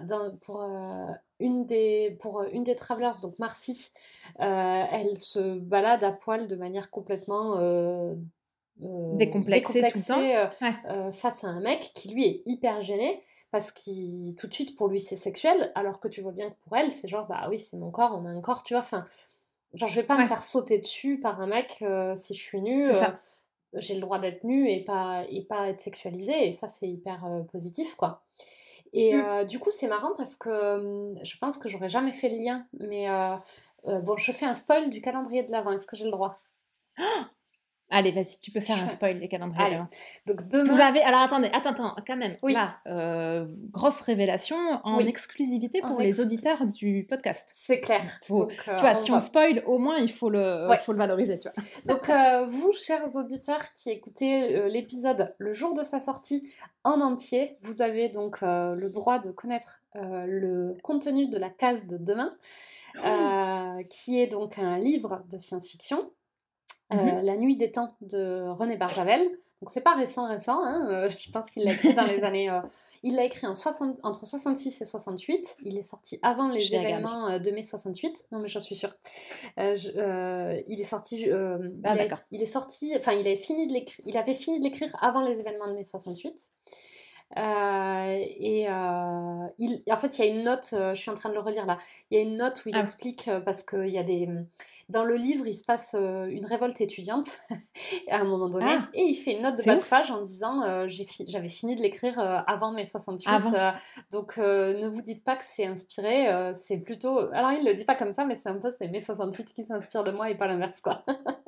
une des travelers, donc Marcy, elle se balade à poil de manière complètement, Décomplexé tout le temps. décomplexée, Ouais. face à un mec qui, lui, est hyper gêné parce qu'il tout de suite, pour lui, c'est sexuel, alors que tu vois bien que pour elle, c'est genre: «Bah oui, c'est mon corps, on a un corps», tu vois? Enfin, genre, je vais pas me Ouais, faire sauter dessus par un mec, si je suis nue, c'est ça. j'ai le droit d'être nue et pas être sexualisée et ça, c'est hyper, positif, quoi. Et Mmh. du coup, c'est marrant parce que, je pense que j'aurais jamais fait le lien, mais bon, je fais un spoil du calendrier de l'avent. Est-ce que j'ai le droit? Allez, vas-y, tu peux faire un Je spoil des calendriers de Allez, l'avent. donc Vous demain avez alors attendez, attends, quand même, oui, là, grosse révélation en oui, exclusivité en pour les ex auditeurs du podcast. c'est clair, Faut donc tu vois, on si on va spoil, au moins ouais. faut le valoriser, tu vois? Donc vous, chers auditeurs qui écoutez, l'épisode le jour de sa sortie en entier, vous avez donc, le droit de connaître, le contenu de la case de demain, qui est donc un livre de science-fiction. Mmh. La nuit des temps de René Barjavel. Donc c'est pas récent, hein, je pense qu'il l'a écrit dans les années, il l'a écrit entre 66 et 68. Il est sorti avant Je les vais regarder. événements, de mai 68. Non mais j'en suis sûre. Il est sorti, Ah d'accord. il est sorti enfin il avait fini de l'écrire avant les événements de mai 68. En fait, il y a une note, je suis en train de le relire là, il y a une note où il Ah, explique, parce qu'il y a dans le livre, il se passe une révolte étudiante à un moment donné, ah, et il fait une note de c'est bas de ouf. page en disant j'avais fini de l'écrire avant mai 68, Avant. donc ne vous dites pas que c'est inspiré, c'est plutôt. Alors, il le dit pas comme ça, mais c'est un peu c'est mai 68 qui s'inspire de moi et pas l'inverse, quoi.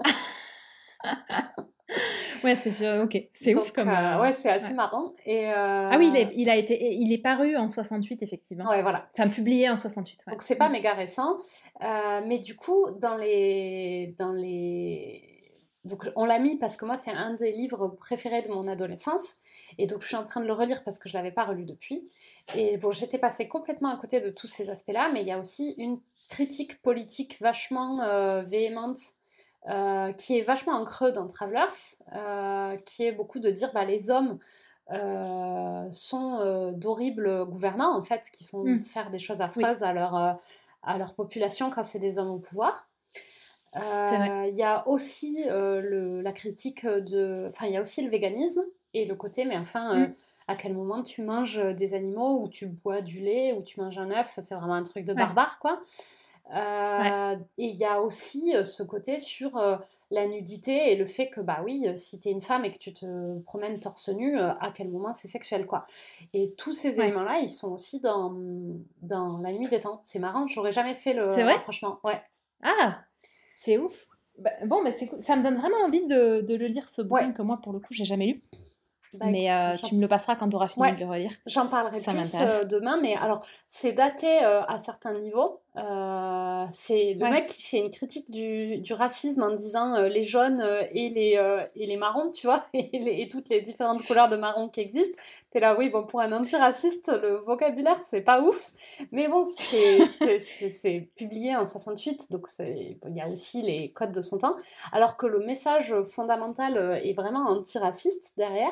Ouais, c'est sûr, ok. C'est ouf Donc, comme. ouais, c'est assez Ouais. marrant. Ah oui, il est paru en 68, effectivement. Ouais, voilà. Enfin, publié en 68, ouais. Donc c'est pas méga récent, mais du coup donc on l'a mis parce que moi c'est un des livres préférés de mon adolescence, et donc je suis en train de le relire parce que je l'avais pas relu depuis, et bon, j'étais passée complètement à côté de tous ces aspects-là, mais il y a aussi une critique politique vachement véhémente, qui est vachement en creux dans Travelers, qui est beaucoup de dire bah, les hommes sont d'horribles gouvernants, en fait, qui font Hmm. faire des choses Oui, affreuses à leur population quand c'est des hommes au pouvoir. c'est vrai. Il y a aussi la critique de. Enfin, il y a aussi le véganisme et le côté, mais enfin, Hmm. à quel moment tu manges des animaux, ou tu bois du lait, ou tu manges un œuf, c'est vraiment un truc de Ouais, barbare, quoi. ouais, Et il y a aussi ce côté sur la nudité et le fait que, bah oui, si t'es une femme et que tu te promènes torse nu, à quel moment c'est sexuel, quoi. Et tous ces ouais. éléments-là, ils sont aussi dans La Nuit des Temps. C'est marrant, j'aurais jamais fait le C'est vrai? rapprochement. Ouais, Ah, c'est ouf. Bah, bon, mais c'est cool. Ça me donne vraiment envie de le lire, ce ouais. bouquin que moi, pour le coup, j'ai jamais lu. Bah Mais écoute, tu me le passeras quand tu auras fini ouais, de le relire. j'en parlerai Ça plus m'intéresse. demain, mais alors c'est daté à certains niveaux. C'est le Ouais. mec qui fait une critique du racisme en disant les jaunes et les marrons, tu vois, et toutes les différentes couleurs de marron qui existent. T'es là, oui, bon, pour un antiraciste, le vocabulaire, c'est pas ouf, mais bon, c'est publié en 68, donc il y a aussi les codes de son temps, alors que le message fondamental est vraiment antiraciste derrière.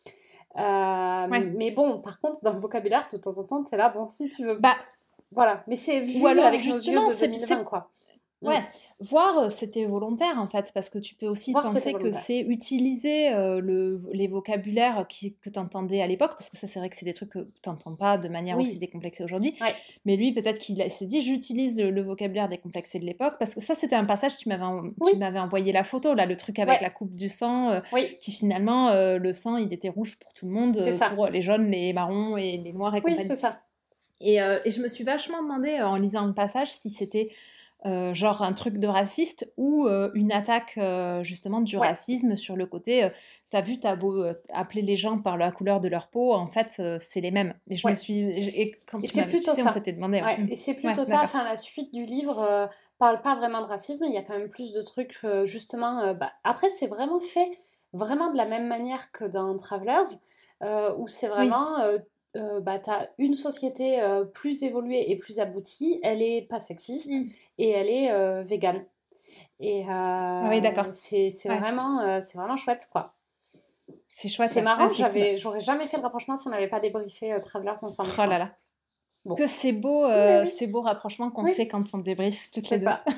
Ouais. Mais bon, par contre, dans le vocabulaire, de temps en temps, t'es là, bon, si tu veux. Bah, Voilà, mais c'est ou vu alors, avec nos yeux justement, de 2020, quoi. Mm. ouais, voir, c'était volontaire en fait, parce que tu peux aussi Voir, c'était penser que volontaire. c'est utiliser les vocabulaires que tu entendais à l'époque, parce que ça, c'est vrai que c'est des trucs que tu n'entends pas de manière aussi Oui, décomplexée aujourd'hui. ouais, Mais lui, peut-être s'est dit, j'utilise le vocabulaire décomplexé de l'époque, parce que ça, c'était un passage, tu oui, m'avais envoyé la photo, là, le truc avec ouais, la coupe du sang, oui, qui finalement, le sang, il était rouge pour tout le monde, c'est ça. pour les jaunes, les marrons et les noirs et Oui, compagnie. c'est ça. Et je me suis vachement demandé en lisant le passage si c'était genre un truc de raciste ou une attaque justement du Ouais, racisme sur le côté t'as vu, t'as beau appeler les gens par la couleur de leur peau, en fait c'est les mêmes. Et je me ouais. suis et quand Et tu c'est m'avais, tu plutôt sais, on ça. s'était demandé, ouais, Ouais, et c'est ouais, plutôt ça. d'accord, Enfin, la suite du livre parle pas vraiment de racisme. Il y a quand même plus de trucs, justement. Bah, après, c'est vraiment fait vraiment de la même manière que dans Travelers, où c'est oui. vraiment. Bah, t'as une société plus évoluée et plus aboutie. Elle est pas sexiste Mm. et elle est végane. Et Ah oui, d'accord, ouais, c'est vraiment chouette, quoi. c'est chouette, C'est ouais, ah, marrant, c'est cool. j'aurais jamais fait le rapprochement si on n'avait pas débriefé Travelers ensemble, je Oh là pense. là, Bon, que mais oui, c'est beau rapprochement qu'on oui, fait quand on débriefe toutes c'est les deux. ça.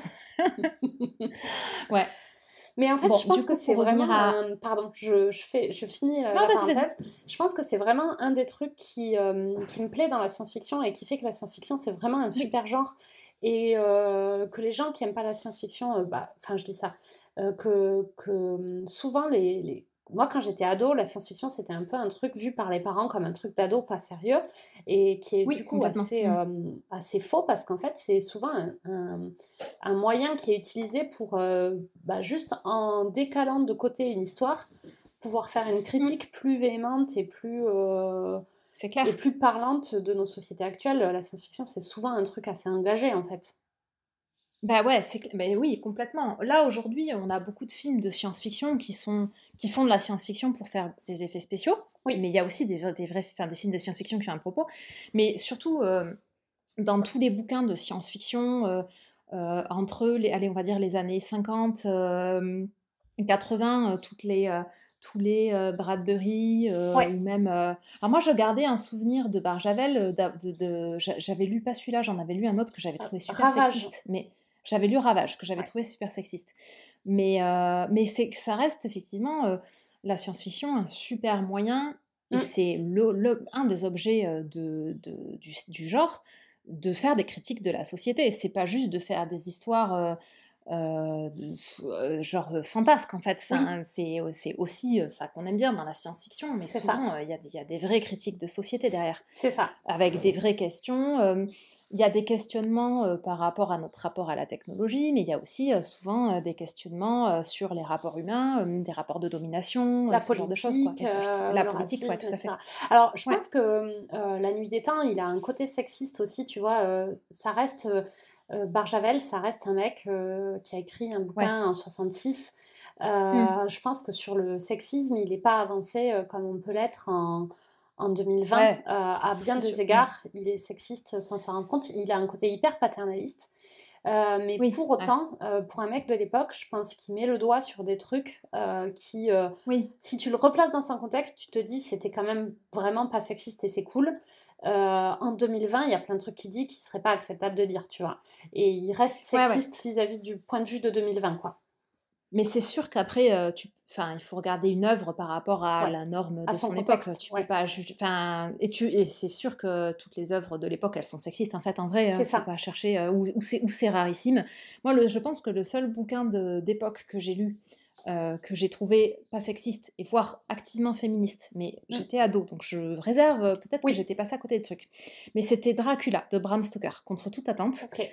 Ouais, Mais en fait, bon, je du pense que coup, c'est pour revenir vraiment à... un. Pardon, je finis Non, la vas-y, vas-y. parenthèse. Je pense que c'est vraiment un des trucs qui me plaît dans la science-fiction et qui fait que la science-fiction, c'est vraiment un Oui. super genre. Et que les gens qui aiment pas la science-fiction, bah, enfin, je dis ça, souvent, moi, quand j'étais ado, la science-fiction, c'était un peu un truc vu par les parents comme un truc d'ado pas sérieux, et qui est Oui, du coup complètement. Mm. assez faux, parce qu'en fait, c'est souvent un moyen qui est utilisé pour, bah, juste en décalant de côté une histoire, pouvoir faire une Mm. critique plus véhémente C'est clair. et plus parlante de nos sociétés actuelles. La science-fiction, c'est souvent un truc assez engagé, en fait. Bah ouais, bah oui, complètement. Là, aujourd'hui, on a beaucoup de films de science-fiction qui font de la science-fiction pour faire des effets spéciaux, Oui, mais il y a aussi enfin, des films de science-fiction qui ont un propos. Mais surtout, dans tous les bouquins de science-fiction, allez, on va dire les années 50, 80, tous les Bradbury, ouais, ou même. Alors moi, je gardais un souvenir de Barjavel. J'avais lu pas celui-là, j'en avais lu un autre que j'avais trouvé super Ravage. sexiste, mais j'avais lu Ravage, que j'avais Ouais. trouvé super sexiste. Mais c'est que ça reste effectivement la science-fiction un super moyen Et Mm. c'est un des objets du genre de faire des critiques de la société. C'est pas juste de faire des histoires genre fantasques en fait. Oui, Enfin, c'est aussi ça qu'on aime bien dans la science-fiction, mais c'est ça. souvent il y a des vraies critiques de société derrière, C'est ça. avec des vraies questions. Il y a des questionnements par rapport à notre rapport à la technologie, mais il y a aussi souvent des questionnements sur les rapports humains, des rapports de domination, La ce genre de choses, quoi. politique, Et ça, la le politique, ouais, racisme, tout à fait. etc. Alors, je Ouais, pense que La Nuit des Temps, il a un côté sexiste aussi, tu vois. Ça reste. Barjavel, ça reste un mec qui a écrit un ouais. bouquin en 66. Mm. Je pense que sur le sexisme, il n'est pas avancé comme on peut l'être en 2020. Ouais, À bien c'est sûr. des Mm. égards, il est sexiste sans s'en rendre compte. Il a un côté hyper paternaliste. Mais Oui, pour ouais. autant, pour un mec de l'époque, je pense qu'il met le doigt sur des trucs qui, Oui, si tu le replaces dans son contexte, tu te dis c'était quand même vraiment pas sexiste et c'est cool. En 2020, il y a plein de trucs qu'il dit qui seraient pas acceptables de dire, tu vois. Et il reste ouais, ouais. sexiste vis-à-vis du point de vue de 2020, quoi. Mais c'est sûr qu'après, enfin, il faut regarder une œuvre par rapport à Ouais, la norme à de son son époque. contexte, Tu peux ouais. pas juger, enfin, et c'est sûr que toutes les œuvres de l'époque, elles sont sexistes. En fait, en vrai, C'est faut ça. pas chercher où c'est rarissime. Moi, je pense que le seul bouquin d'époque que j'ai lu, que j'ai trouvé pas sexiste et voire activement féministe, mais Mm. j'étais ado, donc je réserve, peut-être que Oui, j'étais passée à côté des trucs. Mais c'était Dracula de Bram Stoker, contre toute attente. ok.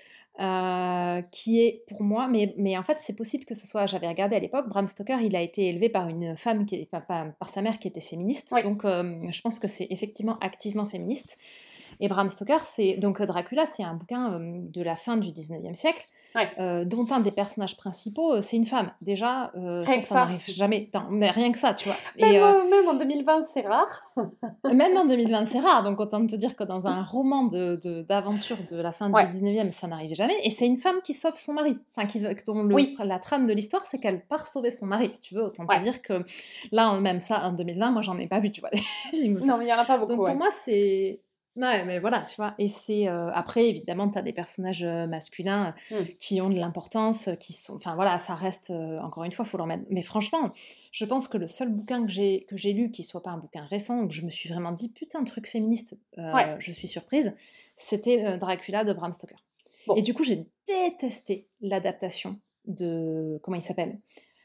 Qui est pour moi, mais en fait, c'est possible que ce soit, j'avais regardé à l'époque, Bram Stoker, il a été élevé par une femme par sa mère qui était féministe, Oui, donc je pense que c'est effectivement activement féministe. Et Bram Stoker, c'est donc Dracula, c'est un bouquin de la fin du 19e siècle, ouais. dont un des personnages principaux, c'est une femme. Déjà, Rien que ça ça. n'arrive jamais. Non, mais rien que ça, tu vois. Et Même en 2020, c'est rare. même en 2020, c'est rare, donc autant te dire que dans un roman d'aventure de la fin du Ouais, 19e, ça n'arrivait jamais. Et c'est une femme qui sauve son mari. Enfin, dont oui, la trame de l'histoire, c'est qu'elle part sauver son mari, si tu veux. Autant te ouais. dire que là, même ça, en 2020, moi, j'en ai pas vu, tu vois, des films comme ça. Non, mais il y en a pas beaucoup, Donc pour ouais. moi, c'est... Ouais, mais voilà, tu vois. Et c'est... après, évidemment, tu as des personnages masculins Mm. qui ont de l'importance, qui sont... Enfin, voilà, ça reste... encore une fois, faut leur mettre... Mais franchement, je pense que le seul bouquin que j'ai lu, qui soit pas un bouquin récent, où je me suis vraiment dit, putain, truc féministe, Ouais, je suis surprise, c'était Dracula de Bram Stoker. Et bon. du coup, j'ai détesté l'adaptation de... Comment il s'appelle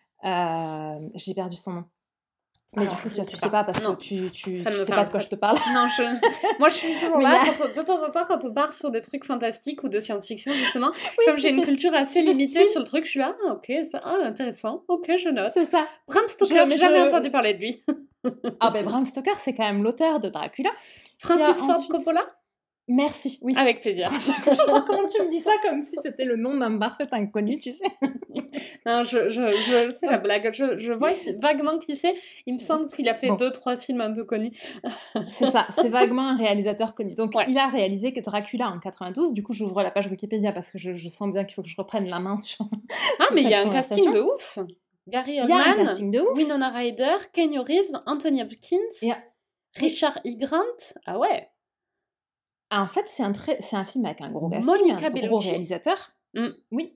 J'ai perdu son nom. Mais du Alors, coup, je ne tu sais sais pas. pas parce que Non, ça ne tu me sais pas parle de quoi pas. je te parle. Non, moi je suis toujours Mais il y là a... de temps en temps quand on part sur des trucs fantastiques ou de science-fiction justement. Oui, Comme j'ai une culture assez tu fais limitée style. sur le truc, je suis là, ah, ok, ça, ah, intéressant, ok, je C'est note. ça. Bram Stoker, Mais j'ai jamais entendu parler de lui. Ah ben Bram Stoker, c'est quand même l'auteur de Dracula, qui a Francis Ford ensuite... Coppola? Merci, oui. Avec plaisir. Comment tu me dis ça comme si c'était le nom d'un parfait inconnu, tu sais. Non, c'est la blague. Je vois vaguement qui c'est. Il me semble qu'il a fait Bon, 2-3 films un peu connus. c'est ça, c'est vaguement un réalisateur connu. Donc Ouais. il a réalisé que Dracula en 92, du coup j'ouvre la page Wikipédia parce que je sens bien qu'il faut que je reprenne la main sur, Ah, sur mais il y cette a un casting conversation. de ouf. Gary Il y a un Oldman, casting de ouf. Winona Ryder, Keanu Reeves, Anthony Hopkins, Et oui. Richard E. Grant. Ah ouais. En fait, c'est un film avec un gros casting, un Monica gros Bellucci. réalisateur, Mm. oui,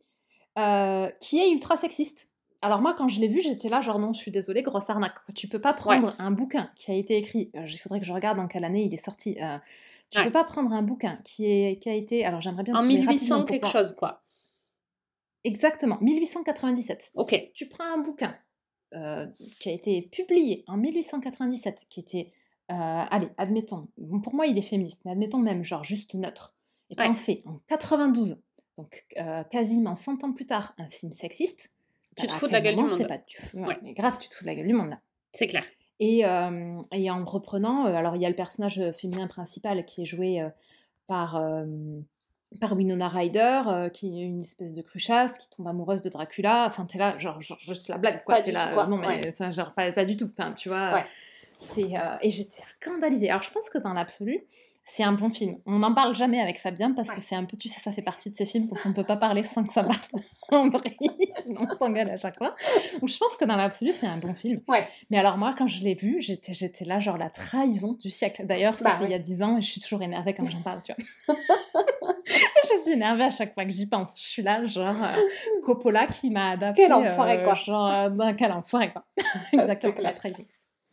qui est ultra sexiste. Alors moi, quand je l'ai vu, j'étais là, genre non, je suis désolée, grosse arnaque. Tu peux pas Ouais, prendre un bouquin qui a été écrit, il faudrait que je regarde dans quelle année il est sorti. Tu peux ouais. pas prendre un bouquin qui a été, alors j'aimerais bien En trouver rapidement 1800 pour quelque pas... chose, quoi. Exactement, 1897. Ok. Tu prends un bouquin qui a été publié en 1897, qui était, allez, admettons, bon, pour moi il est féministe, mais admettons même, genre juste neutre, et t'en Ouais. fais en 92, donc quasiment 100 ans plus tard, un film sexiste, Tu te à fous de la quel gueule du moment c'est monde. pas... Ouais, mais grave, tu te fous de la gueule du monde là. c'est clair. Et en reprenant, alors il y a le personnage féminin principal qui est joué par, par Winona Ryder, qui est une espèce de cruchasse, qui tombe amoureuse de Dracula. Enfin, t'es là, genre juste la blague, quoi. Pas T'es du tout, là, quoi. non Ouais. mais enfin, genre pas du tout. Enfin, tu vois, Ouais. et j'étais scandalisée. Alors je pense que dans l'absolu, c'est un bon film. On n'en parle jamais avec Fabien parce que Ouais. c'est un peu, tu sais, ça fait partie de ces films dont on ne peut pas parler sans que ça parte en vrille, sinon on s'engueule à chaque fois. Donc je pense que dans l'absolu, c'est un bon film. Ouais. Mais alors moi, quand je l'ai vu, j'étais là, genre la trahison du siècle. D'ailleurs, c'était Bah il y oui. a 10 ans et je suis toujours énervée quand j'en parle, tu vois. Je suis énervée à chaque fois que j'y pense. Je suis là, genre Coppola qui m'a adapté, Quel enfoiré, quoi. genre quel enfoiré, quoi. C'est Exactement, la clair. trahison.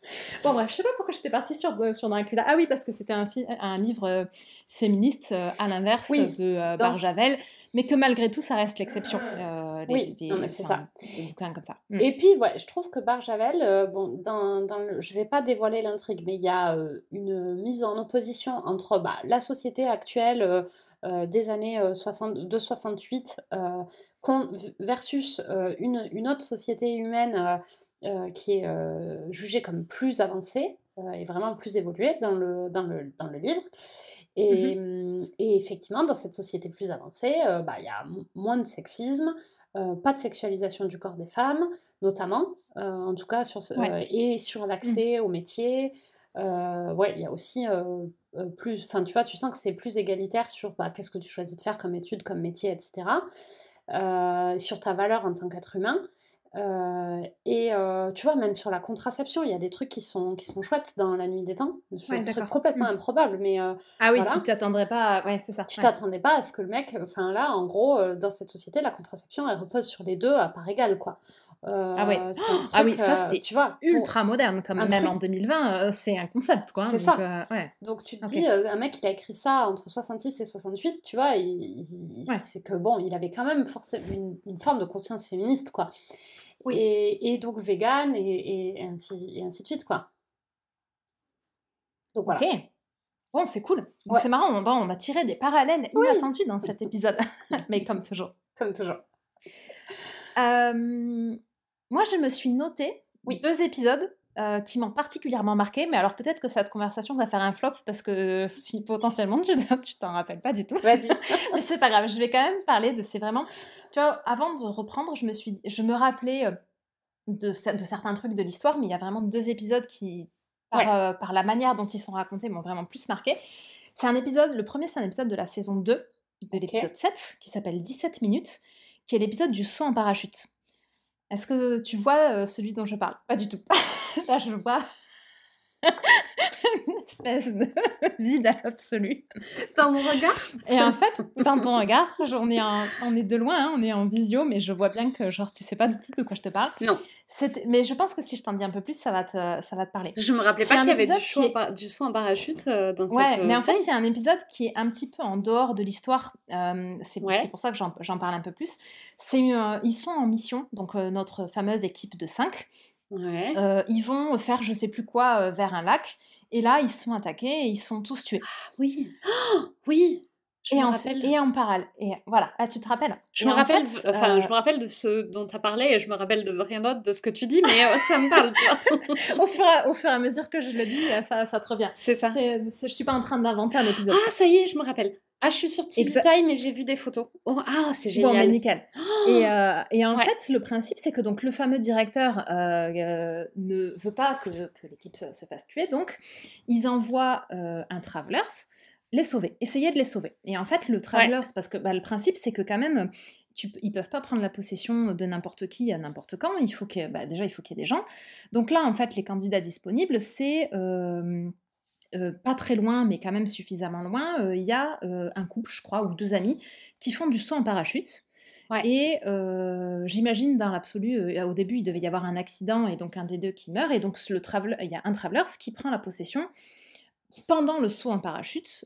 Bon bref, je sais pas pourquoi j'étais partie sur Dracula. Ah oui, parce que c'était un livre féministe à l'inverse Oui, de dans... Barjavel, mais que malgré tout, ça reste l'exception. Oui, non, mais c'est ça. Des bouquins comme ça. Mm. Et puis, ouais, je trouve que Barjavel, bon, je vais pas dévoiler l'intrigue, mais il y a une mise en opposition entre la société actuelle des années 68 versus une autre société humaine qui est jugée comme plus avancée et vraiment plus évoluée dans le livre. Et, Mhm. et effectivement, dans cette société plus avancée, il y a moins de sexisme, pas de sexualisation du corps des femmes, notamment, en tout cas, Ouais. et sur Mm. l'accès au métier. Ouais, il y a aussi plus, enfin, tu vois, tu sens que c'est plus égalitaire sur qu'est-ce que tu choisis de faire comme étude, comme métier, etc. Sur ta valeur en tant qu'être humain. Tu vois, même sur la contraception, il y a des trucs qui sont chouettes dans La Nuit des Temps, sur Ouais, des trucs d'accord. complètement Mm. improbables, mais Ah oui, tu voilà. t'attendrais pas Ouais, c'est ça. Tu Ouais. t'attendais pas à ce que le mec, enfin là, en gros, dans cette société, la contraception, elle repose sur les deux à part égale, quoi. Ah ouais. C'est un Ah oui, truc, ça c'est tu vois, pour ultra moderne, un comme même truc, en 2020, c'est un concept, quoi. Hein, c'est donc, ça. ouais. Donc tu te Ok. dis, un mec, il a écrit ça entre 66 et 68, tu vois, Ouais. c'est que bon, il avait quand même forcément une forme de conscience féministe, quoi. Oui. Et donc vegan et ainsi de suite, quoi. Donc Ok. voilà. Bon, c'est cool. Donc Ouais, c'est marrant, on a tiré des parallèles oui, inattendus dans cet épisode, mais comme toujours. comme toujours. Euh, Moi, je me suis noté Oui, 2 épisodes qui m'ont particulièrement marqué, mais alors peut-être que cette conversation va faire un flop parce que si potentiellement tu t'en rappelles pas du tout, vas-y. mais c'est pas grave. Je vais quand même parler de. C'est vraiment, tu vois, avant de reprendre, je me rappelais de certains trucs de l'histoire, mais il y a vraiment 2 épisodes qui, Ouais, par la manière dont ils sont racontés, m'ont vraiment plus marqué. C'est un épisode, le premier, c'est un épisode de la saison 2, de ok. l'épisode 7, qui s'appelle 17 minutes, qui est l'épisode du saut en parachute. Est-ce que tu vois celui dont je parle? Pas du tout. Là, je vois une espèce de vide absolu. Dans mon regard? Et en fait, dans ton regard, on est de loin, hein, on est en visio, mais je vois bien que genre tu sais pas du tout de quoi je te parle. Non. Mais je pense que si je t'en dis un peu plus, ça va te parler. Je me rappelais C'est pas un qu'il y avait épisode qui est du saut en parachute dans cette Ouais, mais en fait, série. c'est un épisode qui est un petit peu en dehors de l'histoire. C'est Ouais, pour ça que j'en parle un peu plus. Ils sont en mission, donc notre fameuse équipe de 5. ouais. Ils vont faire je sais plus quoi vers un lac. Et là, ils se font attaquer et ils sont tous tués. Ah oui. Oh, oui, je me rappelle. Et en parallèle. Et voilà, ah, tu te rappelles. Je Et me en rappelle, fait, enfin, je me rappelle de ce dont tu as parlé et je me rappelle de rien d'autre de ce que tu dis, mais ça me parle, tu vois. au fur et à mesure que je le dis, ça te revient. C'est ça. Je suis pas en train d'inventer un épisode. Ah, ça y est, je me rappelle. Ah, je suis sur TV Exa- Time et j'ai vu des photos. Oh, ah, c'est Bon, mais génial. nickel. Oh, Et en ouais, fait, le principe, c'est que donc le fameux directeur ne veut pas que l'équipe se fasse tuer, donc ils envoient un Travelers les sauver, essayer de les sauver. Et en fait, le ouais, Travelers, parce que le principe, c'est que quand même, ils peuvent pas prendre la possession de n'importe qui à n'importe quand. Déjà, il faut qu'il y ait des gens. Donc là, en fait, les candidats disponibles, c'est pas très loin, mais quand même suffisamment loin. Il y a un couple, je crois, ou 2 amis, qui font du saut en parachute. ouais, Et j'imagine dans l'absolu, au début, il devait y avoir un accident et donc un des 2 qui meurt et donc il y a un travelers qui prend la possession pendant le saut en parachute,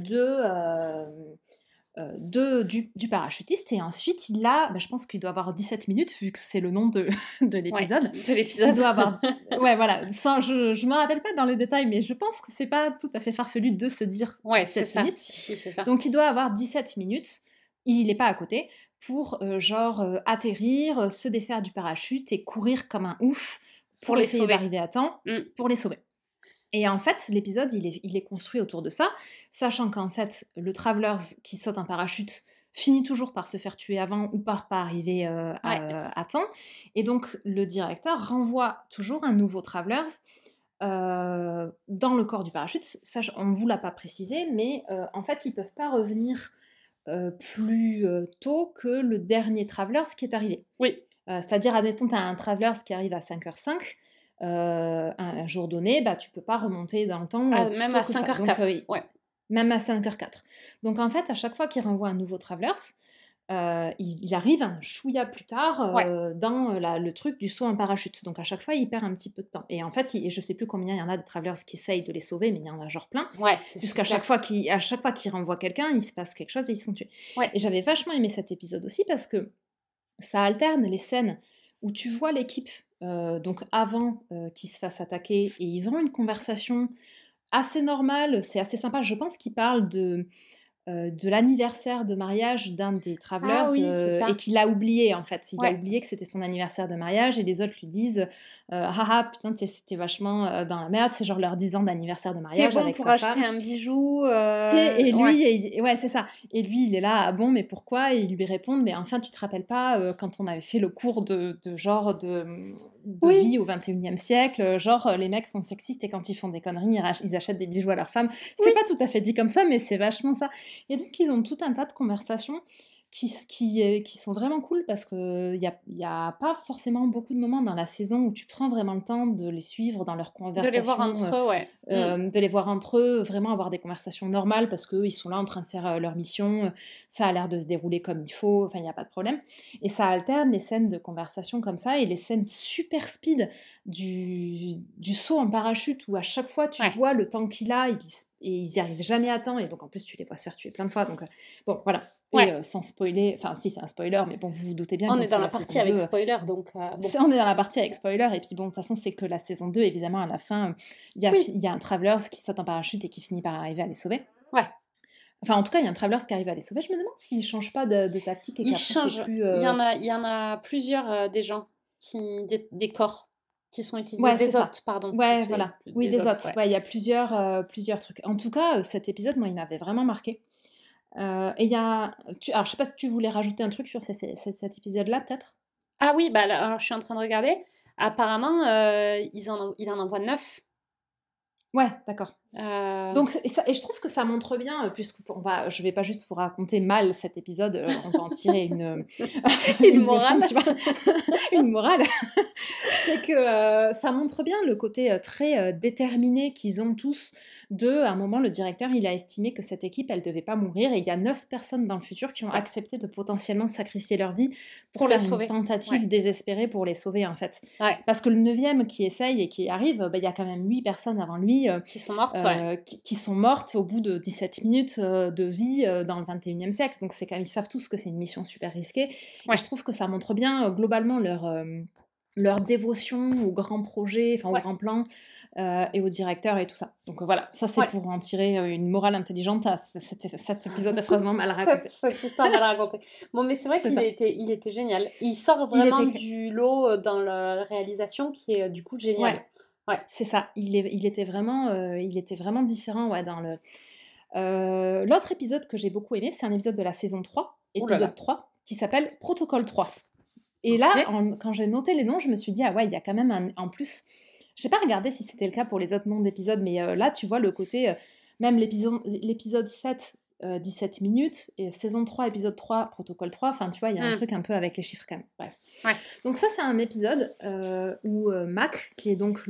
du parachutiste et ensuite je pense qu'il doit avoir 17 minutes vu que c'est le nom de de ouais, l'épisode. de Il l'épisode. doit avoir Ouais, voilà, sans je me rappelle pas dans les détails, mais je pense que c'est pas tout à fait farfelu de se dire Ouais, c'est 17 ça. minutes. Si, c'est ça. Donc il doit avoir 17 minutes, il est pas à côté, pour atterrir, se défaire du parachute et courir comme un ouf Pour pour les essayer sauver. d'arriver à temps Mm. pour les sauver. Et en fait, l'épisode, il est construit autour de ça, sachant qu'en fait, le Travelers qui saute un parachute finit toujours par se faire tuer avant ou par pas arriver Ouais, à temps. Et donc, le directeur renvoie toujours un nouveau Travelers dans le corps du parachute. Ça, on ne vous l'a pas précisé, mais en fait, ils peuvent pas revenir plus tôt que le dernier Travelers qui est arrivé. oui. C'est-à-dire, admettons, tu as un Travelers qui arrive à 5h05, un jour donné, bah, tu peux pas remonter dans le temps Ah, plus même tôt à que ça. Donc, 5h04. Ouais. même à 5h04. Donc, en fait, à chaque fois qu'il renvoie un nouveau Travelers, il arrive un chouïa plus tard, Ouais, dans, le truc du saut en parachute. Donc à chaque fois, il perd un petit peu de temps et en fait, je sais plus combien il y en a de travelers qui essayent de les sauver, mais il y en a genre plein, ouais, c'est jusqu'à chaque clair. fois qu'il renvoie quelqu'un, il se passe quelque chose et ils sont tués Ouais, et j'avais vachement aimé cet épisode aussi parce que ça alterne les scènes où tu vois l'équipe, donc avant, qu'ils se fassent attaquer et ils ont une conversation assez normale, c'est assez sympa. Je pense qu'ils parlent de l'anniversaire de mariage d'un des ah travelers, oui, c'est et ça. qu'il a oublié, en fait. Il a Ouais. oublié que c'était son anniversaire de mariage et les autres lui disent, «Ah ah, putain, tu vachement, dans la merde». C'est genre leur 10 ans d'anniversaire de Tu mariage bon avec pour sa acheter femme. un bijou, Et ouais. lui, ouais, c'est ça. Et lui, il est là: «Ah bon, mais pourquoi?» Et ils lui répondent: «Mais enfin, tu te rappelles pas, quand on avait fait le cours de genre de Oui, vie au 21e siècle, genre, les mecs sont sexistes et quand ils font des conneries, ils achètent des bijoux à leurs femmes». C'est oui. pas tout à fait dit comme ça, mais c'est vachement ça. Et donc ils ont tout un tas de conversations qui sont vraiment cool parce qu'il y a pas forcément beaucoup de moments dans la saison où tu prends vraiment le temps de les suivre dans leurs De les voir conversations, entre eux, ouais. Mmh. de les voir entre eux, vraiment avoir des conversations normales parce qu'eux, ils sont là en train de faire, leur mission, ça a l'air de se dérouler comme il faut, enfin, il y a pas de problème et ça alterne les scènes de conversation comme ça et les scènes super speed du saut en parachute où à chaque fois tu Ouais. vois le temps qu'il a, et ils y arrivent jamais à temps et donc en plus tu les vois se faire tuer plein de fois donc bon voilà et Ouais. sans spoiler, enfin si c'est un spoiler mais bon vous vous doutez bien On comme est dans c'est la la saison partie avec 2. spoiler, donc bon. On est dans la partie avec spoiler et puis bon, de toute façon, c'est que la saison 2 évidemment, à la fin, Oui, il y a un Travelers qui saute en parachute et qui finit par arriver à les sauver. ouais. Enfin, en tout cas, il y a un Travelers qui arrive à les sauver. Je me demande s'il change pas de tactique et Ils qu'après c'est changent. plus, Il y en a plusieurs, des gens des corps qui sont utilisés ouais, c'est des ça. hôtes, pardon. Ouais, C'est voilà. plus Oui, des des hôtes, autres. ouais. Ouais, il y a plusieurs trucs. En tout cas, cet épisode, moi, il m'avait vraiment marqué. Et il y a alors je sais pas si tu voulais rajouter un truc sur cet épisode-là, peut-être? Ah oui, bah, là, alors je suis en train de regarder. Apparemment, il en envoie 9. Ouais, d'accord. Heu, Donc et je trouve que ça montre bien, je vais pas juste vous raconter mal cet épisode, on va en tirer une une leçon, morale. tu vois? Une morale. C'est que, ça montre bien le côté, très, déterminé qu'ils ont tous à un moment, le directeur, il a estimé que cette équipe, elle devait pas mourir et il y a 9 personnes dans le futur qui ont Ouais, accepté de potentiellement sacrifier leur vie pour pour les faire une sauver. Ouais, tentative désespérée pour les sauver, en fait. ouais. Parce que le neuvième qui essaye et qui arrive, bah, il y a quand même 8 personnes avant lui, Qui sont mortes, ouais. qui sont mortes au bout de 17 minutes, de vie, dans le 21e siècle. Donc c'est quand même ils savent tous que c'est une mission super risquée et je Ouais, trouve que ça montre bien, globalement leur dévotion aux grands projets, enfin aux ouais, grands plans, et au directeur et tout ça. Donc voilà, ça c'est ouais. pour en tirer, une morale intelligente à cet épisode affreusement mal raconté. Cette histoire mal racontée. Bon, mais c'est vrai C'est qu'il ça. était génial. Il sort Il vraiment était du lot, dans la réalisation qui est, du coup Ouais, génial. Ouais. c'est ça. Il était vraiment différent, ouais, l'autre épisode que j'ai beaucoup aimé, c'est un épisode de la saison 3, Ouh là épisode là. 3, qui s'appelle Protocole 3. Et là, OK. quand j'ai noté les noms, je me suis dit: «Ah ouais, il y a quand même un» en plus, j'ai pas regardé si c'était le cas pour les autres noms d'épisodes, mais là, tu vois le côté, même l'épisode 7, 17 minutes et saison 3, épisode 3, protocole 3, enfin, tu vois, il y a un Mmh. truc un peu avec les chiffres quand même. Bref. Ouais. Donc ça, c'est un épisode, où, Mac, qui est donc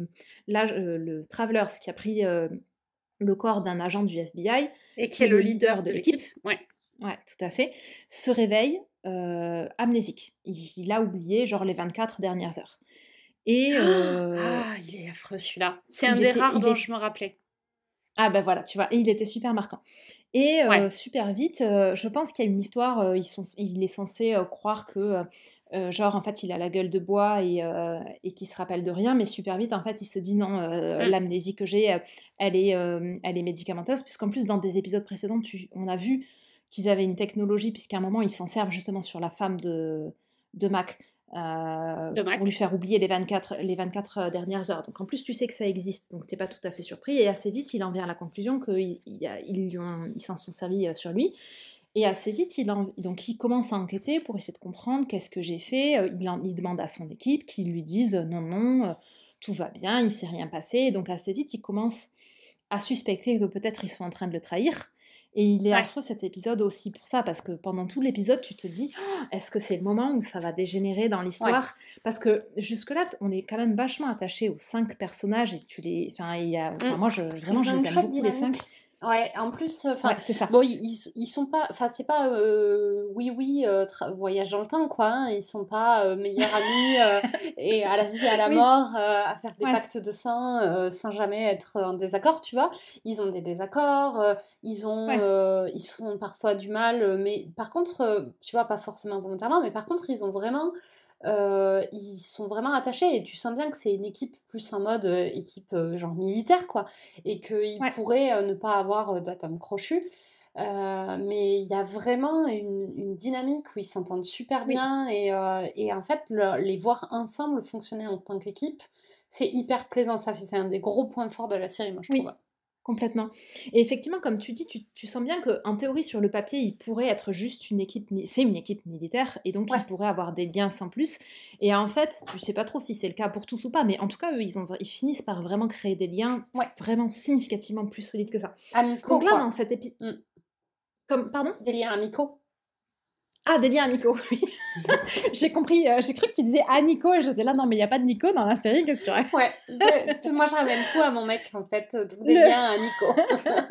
le Travelers qui a pris, le corps d'un agent du FBI, Et qui qui est est le le leader leader de de l'équipe. l'équipe. Ouais. Ouais, tout à fait, se réveille, amnésique. Il a oublié genre les 24 dernières heures et Ah, il est affreux celui-là. C'est un il des était rares il dont est je me rappelais. ah bah, voilà, tu vois? Et il était super marquant et Ouais. super vite, je pense qu'il y a une histoire, il est censé, croire que, genre, en fait, il a la gueule de bois et qu'il se rappelle de rien, mais super vite, en fait, il se dit: «Non, Mmh. l'amnésie que j'ai, elle est médicamenteuse». Puisqu'en plus, dans des épisodes précédents, on a vu qu'ils avaient une technologie, puisqu'à un moment, ils s'en servent justement sur la femme de Mac, De pour lui Mac. faire oublier les 24 dernières heures. Donc en plus, tu sais que ça existe, donc tu pas tout à fait surpris et assez vite, il en vient à la conclusion qu'ils s'en sont servis, sur lui et assez vite, donc il commence à enquêter pour essayer de comprendre qu'est-ce que j'ai fait, il demande à son équipe qui lui disent: «Non, non, tout va bien, il s'est rien passé». Donc assez vite, il commence à suspecter que peut-être ils sont en train de le trahir et il est Ouais. affreux cet épisode aussi pour ça, parce que pendant tout l'épisode, tu te dis: «Oh, est-ce que c'est le moment où ça va dégénérer dans Ouais. l'histoire?» Parce que jusque-là, on est quand même vachement attaché aux 5 personnages et tu les enfin, il y a enfin Mmh. moi je vraiment Ils je ont une les aime chouette beaucoup les 5. dynamique. Ouais, en plus, Ouais, enfin, c'est ça. bon, ils sont pas, enfin, c'est pas oui, oui, voyage dans le temps, quoi. Hein, ils sont pas meilleurs amis et à la vie, à la Oui, mort, à faire des ouais, pactes de sang sans jamais être en désaccord, tu vois. Ils ont des désaccords, ouais. ils se font parfois du mal, mais par contre, tu vois, pas forcément volontairement, mais par contre, ils sont vraiment attachés et tu sens bien que c'est une équipe plus en mode équipe genre militaire, quoi et qu'ils Ouais. pourraient ne pas avoir d'atomes crochus. Mais il y a vraiment une dynamique où ils s'entendent super Oui, bien et en fait, les voir ensemble fonctionner en tant qu'équipe, c'est hyper plaisant. C'est un des gros points forts de la série, moi, je trouve. oui, complètement. Et effectivement, comme tu dis, tu sens bien qu'en théorie, sur le papier, ils pourraient être juste une équipe c'est une équipe militaire et donc ils Ouais, pourraient avoir des liens sans plus et en fait, tu sais pas trop si c'est le cas pour tous ou pas, mais en tout cas, eux, ils finissent par vraiment créer des liens ouais, vraiment significativement plus solides que ça. amicaux, Donc là, quoi. dans cet Mm. comme pardon? Des liens amicaux. Ah, des liens amicaux, oui. J'ai compris, j'ai cru que tu disais: «Ah Nico» et j'étais là: «Non mais il y a pas de Nico dans la série, qu'est-ce que tu racontes?» Ouais, moi, je ramène tout à mon mec, en fait, donc des Le liens amicaux.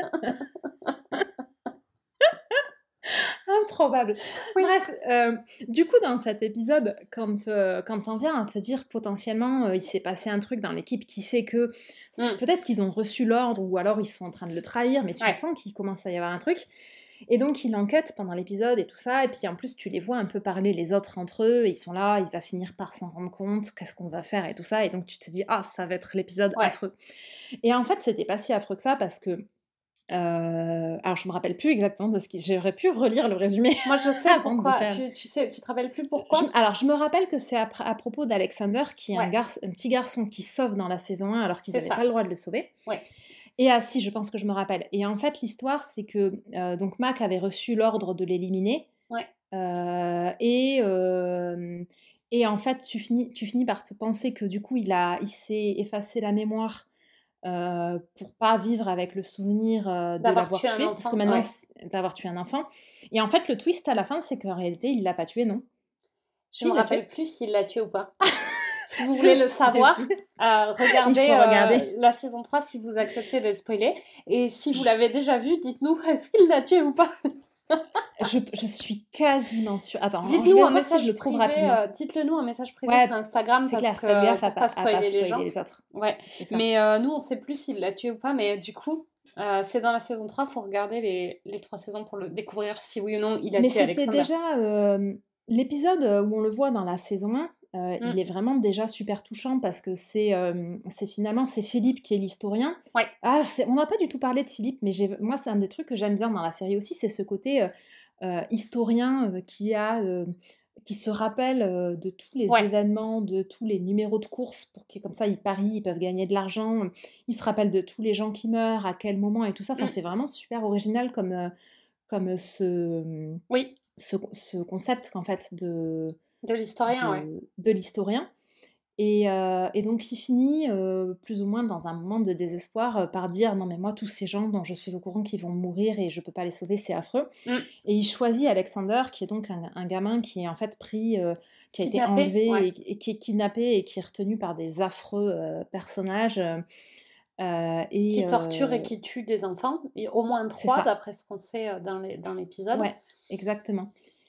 Improbable. Oui. Bref, du coup, dans cet épisode, quand on vient à te dire potentiellement, il s'est passé un truc dans l'équipe qui fait que Mm. peut-être qu'ils ont reçu l'ordre ou alors ils sont en train de le trahir, mais tu Ouais. sens qu'il commence à y avoir un truc et donc il enquête pendant l'épisode et tout ça et puis en plus tu les vois un peu parler les autres entre eux, et ils sont là, il va finir par s'en rendre compte, qu'est-ce qu'on va faire et tout ça et donc tu te dis: «Ah, ça va être l'épisode Ouais. affreux» et en fait, c'était pas si affreux que ça parce que, alors je me rappelle plus exactement de ce qui j'aurais pu relire le résumé Moi, je sais avant de pourquoi. faire Tu sais, tu te rappelles plus pourquoi? alors je me rappelle que c'est à propos d'Alexander qui est Ouais, un petit garçon qui sauve dans la saison 1 alors qu'ils c'est avaient pas ça. le droit de le sauver Ouais. et ah si, je pense que je me rappelle et en fait l'histoire c'est que, donc Mac avait reçu l'ordre de l'éliminer, Ouais. heu et hem et en fait tu finis par te penser que du coup il s'est effacé la mémoire, pour pas vivre avec le souvenir, de D'avoir l'avoir tué un tué parce que enfant, maintenant ouais. c d'avoir tué un enfant et en fait le twist à la fin c'est qu'en réalité il l'a pas tué, non? Je Si, me il l'a rappelle tué? plus s'il l'a tué ou pas. Si vous Je voulez le sais savoir, plus. Il regardez, faut regarder. la saison 3 si vous acceptez d'être spoilé. Et si vous l'avez déjà vu, dites-nous est-ce qu'il l'a tué ou pas? Je suis quasiment sûre. Attends, je Dites-nous vais un voir si je message le trouve privé, rapidement. dites-le nous un message privé sur Ouais, Instagram c'est parce clair, faites que gaffe à pour pas pas spoiler les spoiler gens. les autres. Ouais, C'est ça. mais nous, on sait plus s'il l'a tué ou pas, mais du coup, c'est dans la saison 3, faut regarder les 3 saisons pour le découvrir si oui ou non il a Mais tué c'était Alexander. déjà, l'épisode, où on le voit dans la saison 1, Mmh, il est vraiment déjà super touchant parce que c'est finalement c'est Philippe qui est l'historien. ouais, Ah, on n'a pas du tout parlé de Philippe, mais moi, c'est un des trucs que j'aime bien dans la série aussi, c'est ce côté, historien, qui se rappelle, de tous les ouais, événements, de tous les numéros de course pour que comme ça ils parient, ils peuvent gagner de l'argent. Il se rappelle de tous les gens qui meurent, à quel moment et tout ça. Enfin, mmh, c'est vraiment super original comme oui, ce concept qu'en fait de l'historien, ouais. de l'historien et donc il finit, plus ou moins dans un moment de désespoir, par dire: «Non mais moi tous ces gens dont je suis au courant qu'ils vont mourir et je peux pas les sauver, c'est affreux» Mmh, et il choisit Alexander qui est donc un gamin qui est en fait pris, qui a été kidnappé, enlevé ouais. et qui est kidnappé et qui est retenu par des affreux, personnages, et Qui torture et qui tue des enfants, et au moins c'est 3 ça, d'après ce qu'on sait, dans l'épisode. ouais, exactement.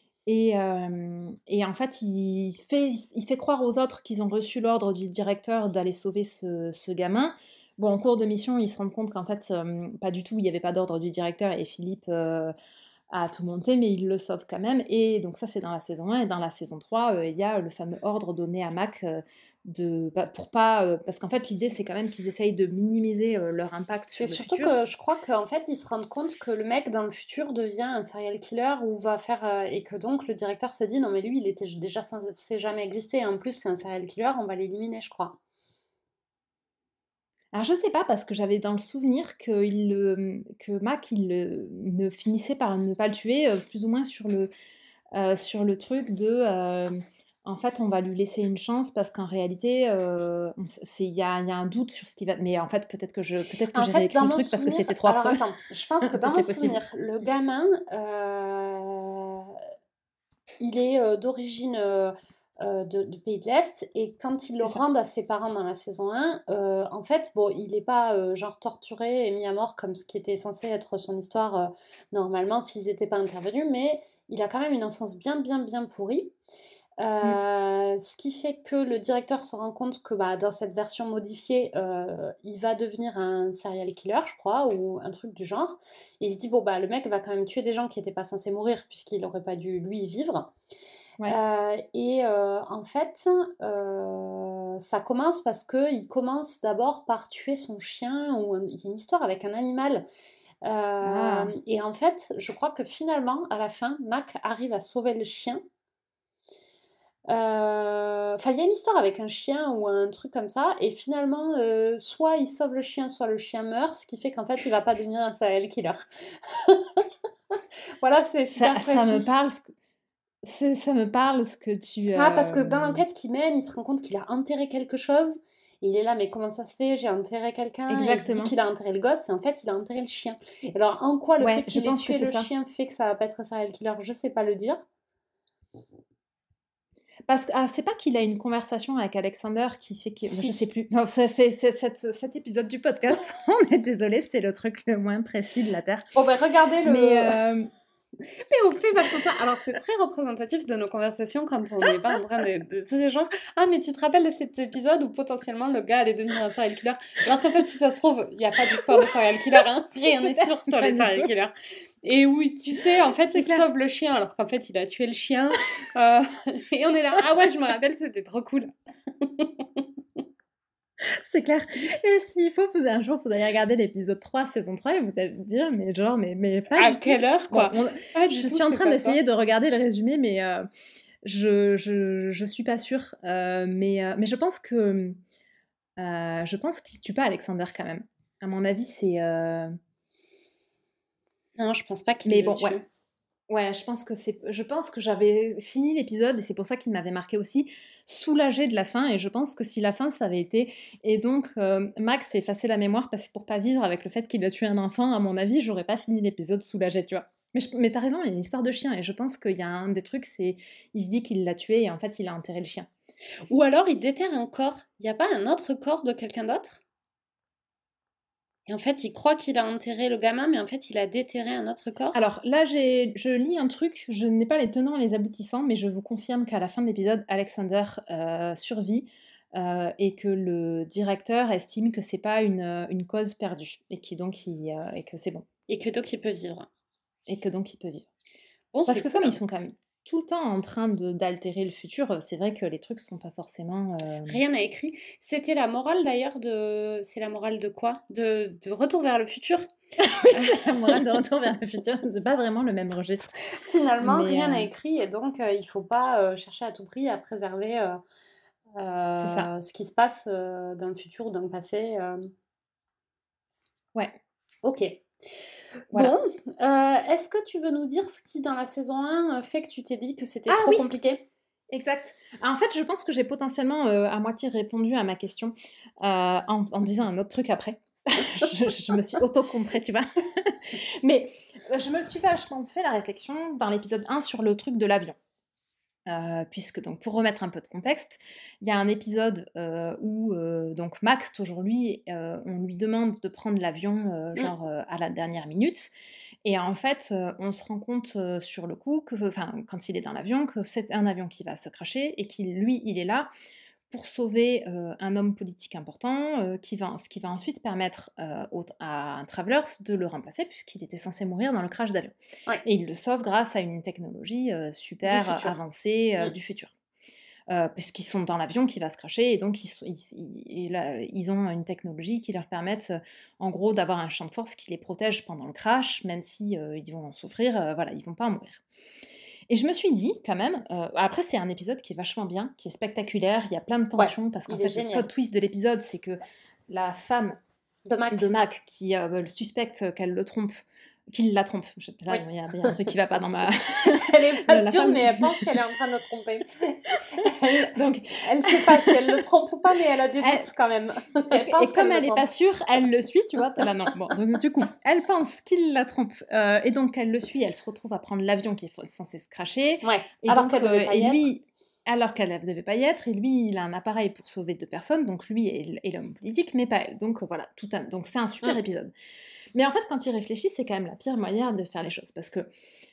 Et en fait, il fait croire aux autres qu'ils ont reçu l'ordre du directeur d'aller sauver ce gamin. Bon, en cours de mission, ils se rendent compte qu'en fait, pas du tout, il y avait pas d'ordre du directeur et Philippe, a tout monté, mais il le sauve quand même et donc ça, c'est dans la saison 1 et dans la saison 3, il y a le fameux ordre donné à Mac, pour pas, parce qu'en fait, l'idée, c'est quand même qu'ils essayent de minimiser, leur impact C'est sur le surtout futur. que je crois qu'en fait, ils se rendent compte que le mec dans le futur devient un serial killer ou va faire, et que donc le directeur se dit: «Non mais lui, il était déjà censé jamais exister et en plus c'est un serial killer, on va l'éliminer», je crois. Alors je sais pas parce que j'avais dans le souvenir que Mac ne finissait par ne pas le tuer, plus ou moins sur le truc de, en fait, on va lui laisser une chance parce qu'en réalité, on s c'est il y a un doute sur ce qui va mais en fait, peut-être que En j'ai fait, réécrit dans le mon truc parce que souvenir c'était trop alors affreux. attends, je pense que Ça, dans mon c'est possible. souvenir, le gamin, il est, d'origine, de Pays de l'Est. Et quand ils le C'est ça. rendent à ses parents dans la saison 1, en fait, bon, il n'est pas genre torturé et mis à mort comme ce qui était censé être son histoire normalement s'ils n'étaient pas intervenus, mais il a quand même une enfance bien, bien, bien pourrie. Mm. Ce qui fait que le directeur se rend compte que bah, dans cette version modifiée, il va devenir un serial killer, je crois, ou un truc du genre. Et il se dit, bon, bah, le mec va quand même tuer des gens qui n'étaient pas censés mourir, puisqu'il n'aurait pas dû, lui, vivre. Ouais. En fait, ça commence parce qu'il commence d'abord par tuer son chien, il y a une histoire avec un animal. Ah. Et en fait, je crois que finalement, à la fin, Mac arrive à sauver le chien. Enfin, il y a une histoire avec un chien ou un truc comme ça, et finalement, soit il sauve le chien, soit le chien meurt, ce qui fait qu'en fait, il va pas devenir un serial killer. Voilà, c'est super Ça me précis. parle, ça me parle ce que tu... Ah, parce que dans l'enquête qu'il mène, il se rend compte qu'il a enterré quelque chose. Et il est là, mais comment ça se fait? J'ai enterré quelqu'un. Et il se dit Exactement. qu'il a enterré le gosse, et en fait, il a enterré le chien. Et alors, en quoi le fait Ouais, je qu'il ait pense que tué c'est le ça. chien fait que ça va pas être un serial killer? Je sais pas le dire. Parce que c'est pas qu'il a une conversation avec Alexander qui fait que... Je sais Si. plus. Non, cet épisode du podcast. On est désolé, c'est le truc le moins précis de la Terre. Bon, ben, regardez Mais Mais on fait pas comme ça. Alors, c'est très représentatif de nos conversations quand on n'est pas en train de se dire genre, ah, mais tu te rappelles de cet épisode où potentiellement le gars allait devenir un serial killer? Alors qu'en fait, si ça se trouve, il n'y a pas d'histoire de serial killer, hein. Rien n'est sûr sur pas les du serial tout. killers. Et oui, tu sais, en fait, C'est il clair. sauve le chien alors qu'en fait, il a tué le chien. Euh, Et on est là, ah ouais, je me rappelle, c'était trop cool. C'est clair. Et s'il faut, un jour, vous allez regarder l'épisode 3, saison 3, et vous allez vous dire, mais genre, mais pas À du tout. quelle heure, Bon, quoi? Pas du je tout, suis en c'est train quoi ça? d'essayer de regarder le résumé, mais je suis pas sûre. Mais je pense qu'il tue pas Alexander quand même. À mon avis, c'est... Non, je pense pas qu'il Mais le bon, ouais. tue. Ouais, je pense que j'avais fini l'épisode et c'est pour ça qu'il m'avait marqué aussi, soulagée de la fin. Et je pense que si la fin, ça avait été... Et donc, Max s'est effacé la mémoire parce que pour pas vivre avec le fait qu'il a tué un enfant, à mon avis, j'aurais pas fini l'épisode soulagée, tu vois. Mais t'as raison, il y a une histoire de chien. Et je pense qu'il y a un des trucs, c'est... Il se dit qu'il l'a tué et en fait, il a enterré le chien. Ou alors, il déterre un corps. Il n'y a pas un autre corps de quelqu'un d'autre? Et en fait, il croit qu'il a enterré le gamin, mais en fait, il a déterré un autre corps. Alors là, je lis un truc, je n'ai pas les tenants et les aboutissants, mais je vous confirme qu'à la fin de l'épisode, Alexander survit et que le directeur estime que c'est pas une cause perdue et et que c'est bon Et que donc, il peut vivre. et que donc il peut vivre. Bon, Parce c'est que cool. comme ils sont quand même tout le temps en train d'altérer le futur, c'est vrai que les trucs sont pas forcément... Rien n'a écrit. C'était la morale d'ailleurs de. C'est la morale de quoi? De Retour vers le futur. La morale de Retour vers le futur, c'est pas vraiment le même registre. Finalement, Mais rien n'a écrit et donc il faut pas chercher à tout prix à préserver c'est ça. ce qui se passe dans le futur ou dans le passé. Ouais, Ok. voilà. Bon, est-ce que tu veux nous dire ce qui, dans la saison 1, fait que tu t'es dit que c'était Ah trop oui! compliqué? Exact. En fait, je pense que j'ai potentiellement à moitié répondu à ma question en disant un autre truc après. Je me suis auto-contrée, tu vois. Mais je me suis vachement fait la réflexion dans l'épisode 1 sur le truc de l'avion. Puisque, donc, pour remettre un peu de contexte, il y a un épisode où donc Mac, toujours lui, on lui demande de prendre l'avion genre à la dernière minute. Et en fait, on se rend compte sur le coup, quand il est dans l'avion, que c'est un avion qui va se crasher et lui, il est là pour sauver un homme politique important, ce qui va ensuite permettre à un Travelers de le remplacer, puisqu'il était censé mourir dans le crash d'avion. Ouais, Et il le sauve grâce à une technologie du super futur. avancée du futur. Puisqu'ils sont dans l'avion qui va se crasher, et donc ils ont une technologie qui leur permet en gros d'avoir un champ de force qui les protège pendant le crash, même si ils vont en souffrir, voilà, ils vont pas en mourir. Et je me suis dit quand même, après c'est un épisode qui est vachement bien, qui est spectaculaire, il y a plein de Ouais, tensions, parce qu'en il est fait le génial. plot twist de l'épisode c'est que la femme De Mac. de Mac qui le suspecte qu'elle le trompe, qu'il la trompe. Là, Oui. il y a un truc qui va pas dans ma... Elle est pas La sûre, femme- mais elle pense qu'elle est en train de le tromper. Donc, Elle sait pas si elle le trompe ou pas, mais elle a des Elle- doutes quand même. Elle pense et comme qu'elle elle le n'est trompe. pas sûre, elle le suit, tu vois, t'es là, non. Bon, donc du coup, elle pense qu'il la trompe, et donc elle le suit, elle se retrouve à prendre l'avion qui est censé se cracher, Ouais, et alors donc, qu'elle devait pas et y être. lui, alors qu'elle ne devait pas y être, et lui, il a un appareil pour sauver 2 personnes, donc lui est l'homme politique, mais pas elle. Donc voilà, donc c'est un super épisode. Mais en fait, quand il réfléchit, c'est quand même la pire manière de faire les choses, parce que,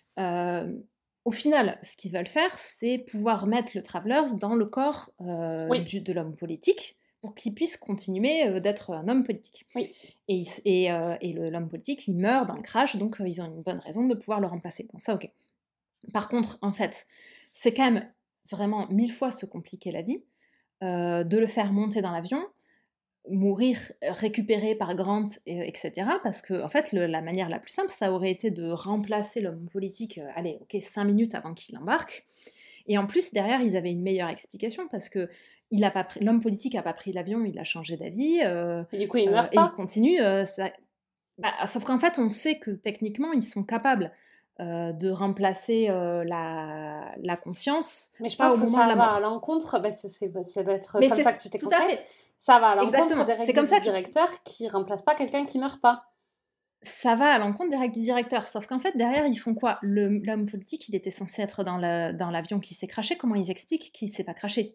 au final, ce qu'ils veulent faire, c'est pouvoir mettre le Travelers dans le corps, Oui. de l'homme politique, pour qu'il puisse continuer, d'être un homme politique. Oui. Et l'homme politique, il meurt dans le crash, donc ils ont une bonne raison de pouvoir le remplacer. Bon, ça, OK. Par contre, en fait, c'est quand même vraiment 1000 fois se compliquer la vie, de le faire monter dans l'avion, mourir, récupéré par Grant, et cetera. Parce que en fait, la manière la plus simple, ça aurait été de remplacer l'homme politique, allez, OK, 5 minutes avant qu'il embarque. Et en plus, derrière, ils avaient une meilleure explication parce que l'homme politique a pas pris l'avion, il a changé d'avis, Et du coup, il meurt et il pas. continue, sauf qu'en fait, on sait que techniquement, ils sont capables, de remplacer, la conscience, Mais je pas pense au que moment de ça la va à mort. l'encontre, ça doit être Mais comme c'est ça que tu t'es tout à compris. fait, Ça va à l'encontre exactement. des C'est règles comme du ça que directeur qui remplace pas quelqu'un qui meurt pas. ça va à l'encontre des règles du directeur. Sauf qu'en fait, derrière, ils font quoi? L'homme politique, il était censé être dans l'avion qui s'est crashé. Comment ils expliquent qu'il s'est pas crashé?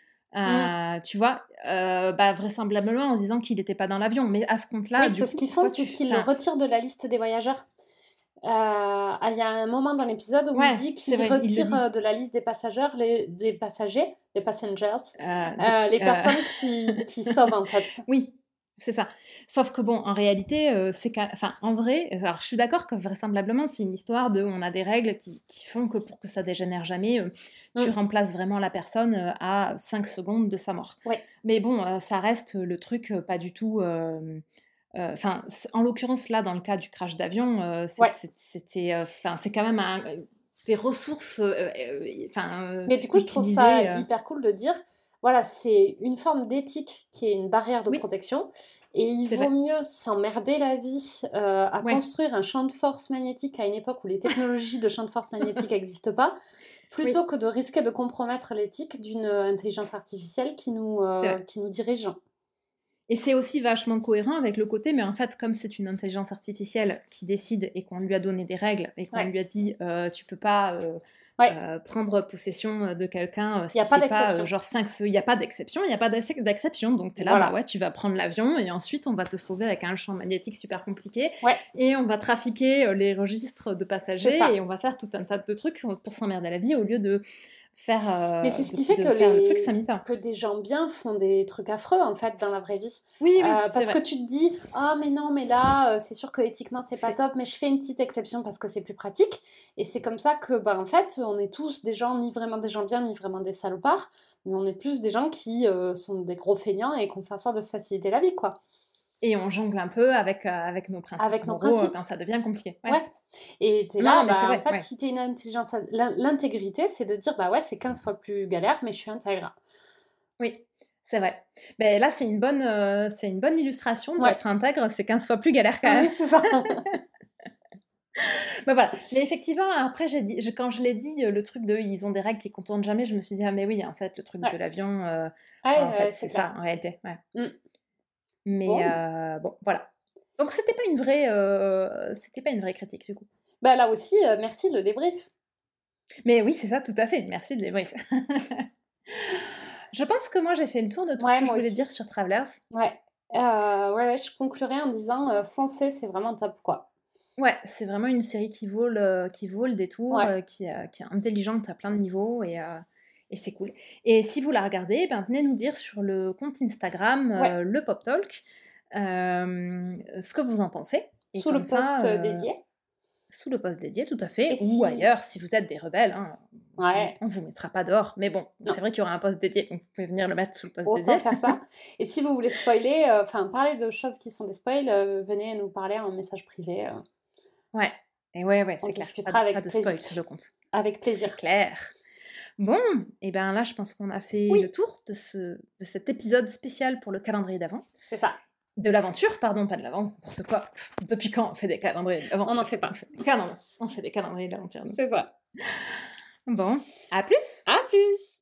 Tu vois? Vraisemblablement en disant qu'il était pas dans l'avion. Mais à ce compte-là, Oui, du c'est ce coup, qu'ils pourquoi font tu puisqu'ils le retirent de la liste des voyageurs. Il y a un moment dans l'épisode où il Ouais, dit c'est qu'il vrai, il le retire dit. de la liste des passagers, des passagers, les passengers, les Euh, personnes qui sauvent en fait. Oui, c'est ça. Sauf que bon, en réalité, enfin, en vrai, alors je suis d'accord que vraisemblablement, c'est une histoire on a des règles qui font que pour que ça dégénère jamais, tu remplaces vraiment la personne, à 5 secondes de sa mort. Ouais. Mais bon, ça reste le truc, pas du tout, enfin, en l'occurrence, là, dans le cas du crash d'avion, Ouais. c'était, enfin, c'est quand même des ressources, Mais du coup, je trouve ça hyper cool de dire, voilà, c'est une forme d'éthique qui est une barrière de Oui, protection. Et il c'est vaut vrai. mieux s'emmerder la vie à Ouais. construire un champ de force magnétique à une époque où les technologies de champ de force magnétique n'existent pas, plutôt Oui. que de risquer de compromettre l'éthique d'une intelligence artificielle C'est vrai. qui nous dirige. Et c'est aussi vachement cohérent avec le côté, mais en fait, comme c'est une intelligence artificielle qui décide et qu'on lui a donné des règles et qu'on Ouais. lui a dit tu peux pas Ouais. prendre possession de quelqu'un Il y a si pas c'est pas d'exception. genre 5 il n'y a pas d'exception, il n'y a pas d'exception. Donc tu es là, Voilà. bah ouais, tu vas prendre l'avion et ensuite on va te sauver avec un champ magnétique super compliqué. Ouais. Et on va trafiquer les registres de passagers C'est ça. et on va faire tout un tas de trucs pour s'emmerder la vie au lieu de faire, Mais c'est ce qui fait faire le truc, ça m'y pas. que des gens bien font des trucs affreux en fait dans la vraie vie. Oui, oui, c'est Parce vrai. que tu te dis, ah mais non, mais là, c'est sûr que éthiquement c'est pas top, mais je fais une petite exception parce que c'est plus pratique. Et c'est comme ça que, en fait, on est tous des gens, ni vraiment des gens bien, ni vraiment des salopards, mais on est plus des gens qui sont des gros feignants et qu'on fait en sorte de se faciliter la vie, quoi. Et on jongle un peu avec nos principes Avec nos moraux, principes. quand ça devient compliqué. Ouais. Ouais. Et t'es Non, là, mais c'est vrai, en fait, ouais. si t'es une intelligence, l'intégrité, c'est de dire, ouais, c'est 15 fois plus galère, mais je suis intègre. Oui, c'est vrai. Beh, là, c'est une bonne illustration Ouais. d'être intègre, c'est 15 fois plus galère quand même. Oui, c'est ça. Bah, voilà. Mais effectivement, après, quand je l'ai dit, le truc ils ont des règles qui contournent jamais, je me suis dit: «Ah mais oui, en fait, le truc Ouais. de l'avion, en Ouais, fait, c'est c'est clair. ça, en réalité». Ouais. Mm. Mais Bon. bon, voilà. Donc c'était pas une vraie critique, du coup. Là aussi, merci le débrief. Mais oui, c'est ça, tout à fait. Merci de débrief. Je pense que moi, j'ai fait le tour de tout ce Ouais, que je moi voulais aussi. dire sur Travelers. Ouais. Je conclurai en disant foncez, c'est vraiment top, quoi. Ouais, c'est vraiment une série qui vaut le détour, Ouais. qui est intelligente à plein de niveaux et c'est cool. Et si vous la regardez, venez nous dire sur le compte Instagram, Ouais. le Pop Talk, ce que vous en pensez. Et Sous le comme ça, post dédié. sous le post dédié, tout à fait, Et ou si... ailleurs, si vous êtes des rebelles, hein, Ouais. on vous mettra pas dehors. Mais bon, Non. c'est vrai qu'il y aura un post dédié, donc vous pouvez venir le mettre sous le post Autant dédié. faire ça. Et si vous voulez spoiler, parler de choses qui sont des spoils, venez nous parler en message privé. Ouais, et ouais, On c'est clair. discutera avec Pas de plaisir. spoil sur le compte. Avec plaisir. C'est clair. Bon, et bien là, je pense qu'on a fait Oui. le tour de cet épisode spécial pour le calendrier d'avant. C'est ça. De l'aventure, pardon, pas de l'avant, n'importe quoi. Depuis quand on fait des calendriers d'avant? On n'en fait pas. On fait des calendriers d'aventure. C'est ça. Bon, à plus! À plus!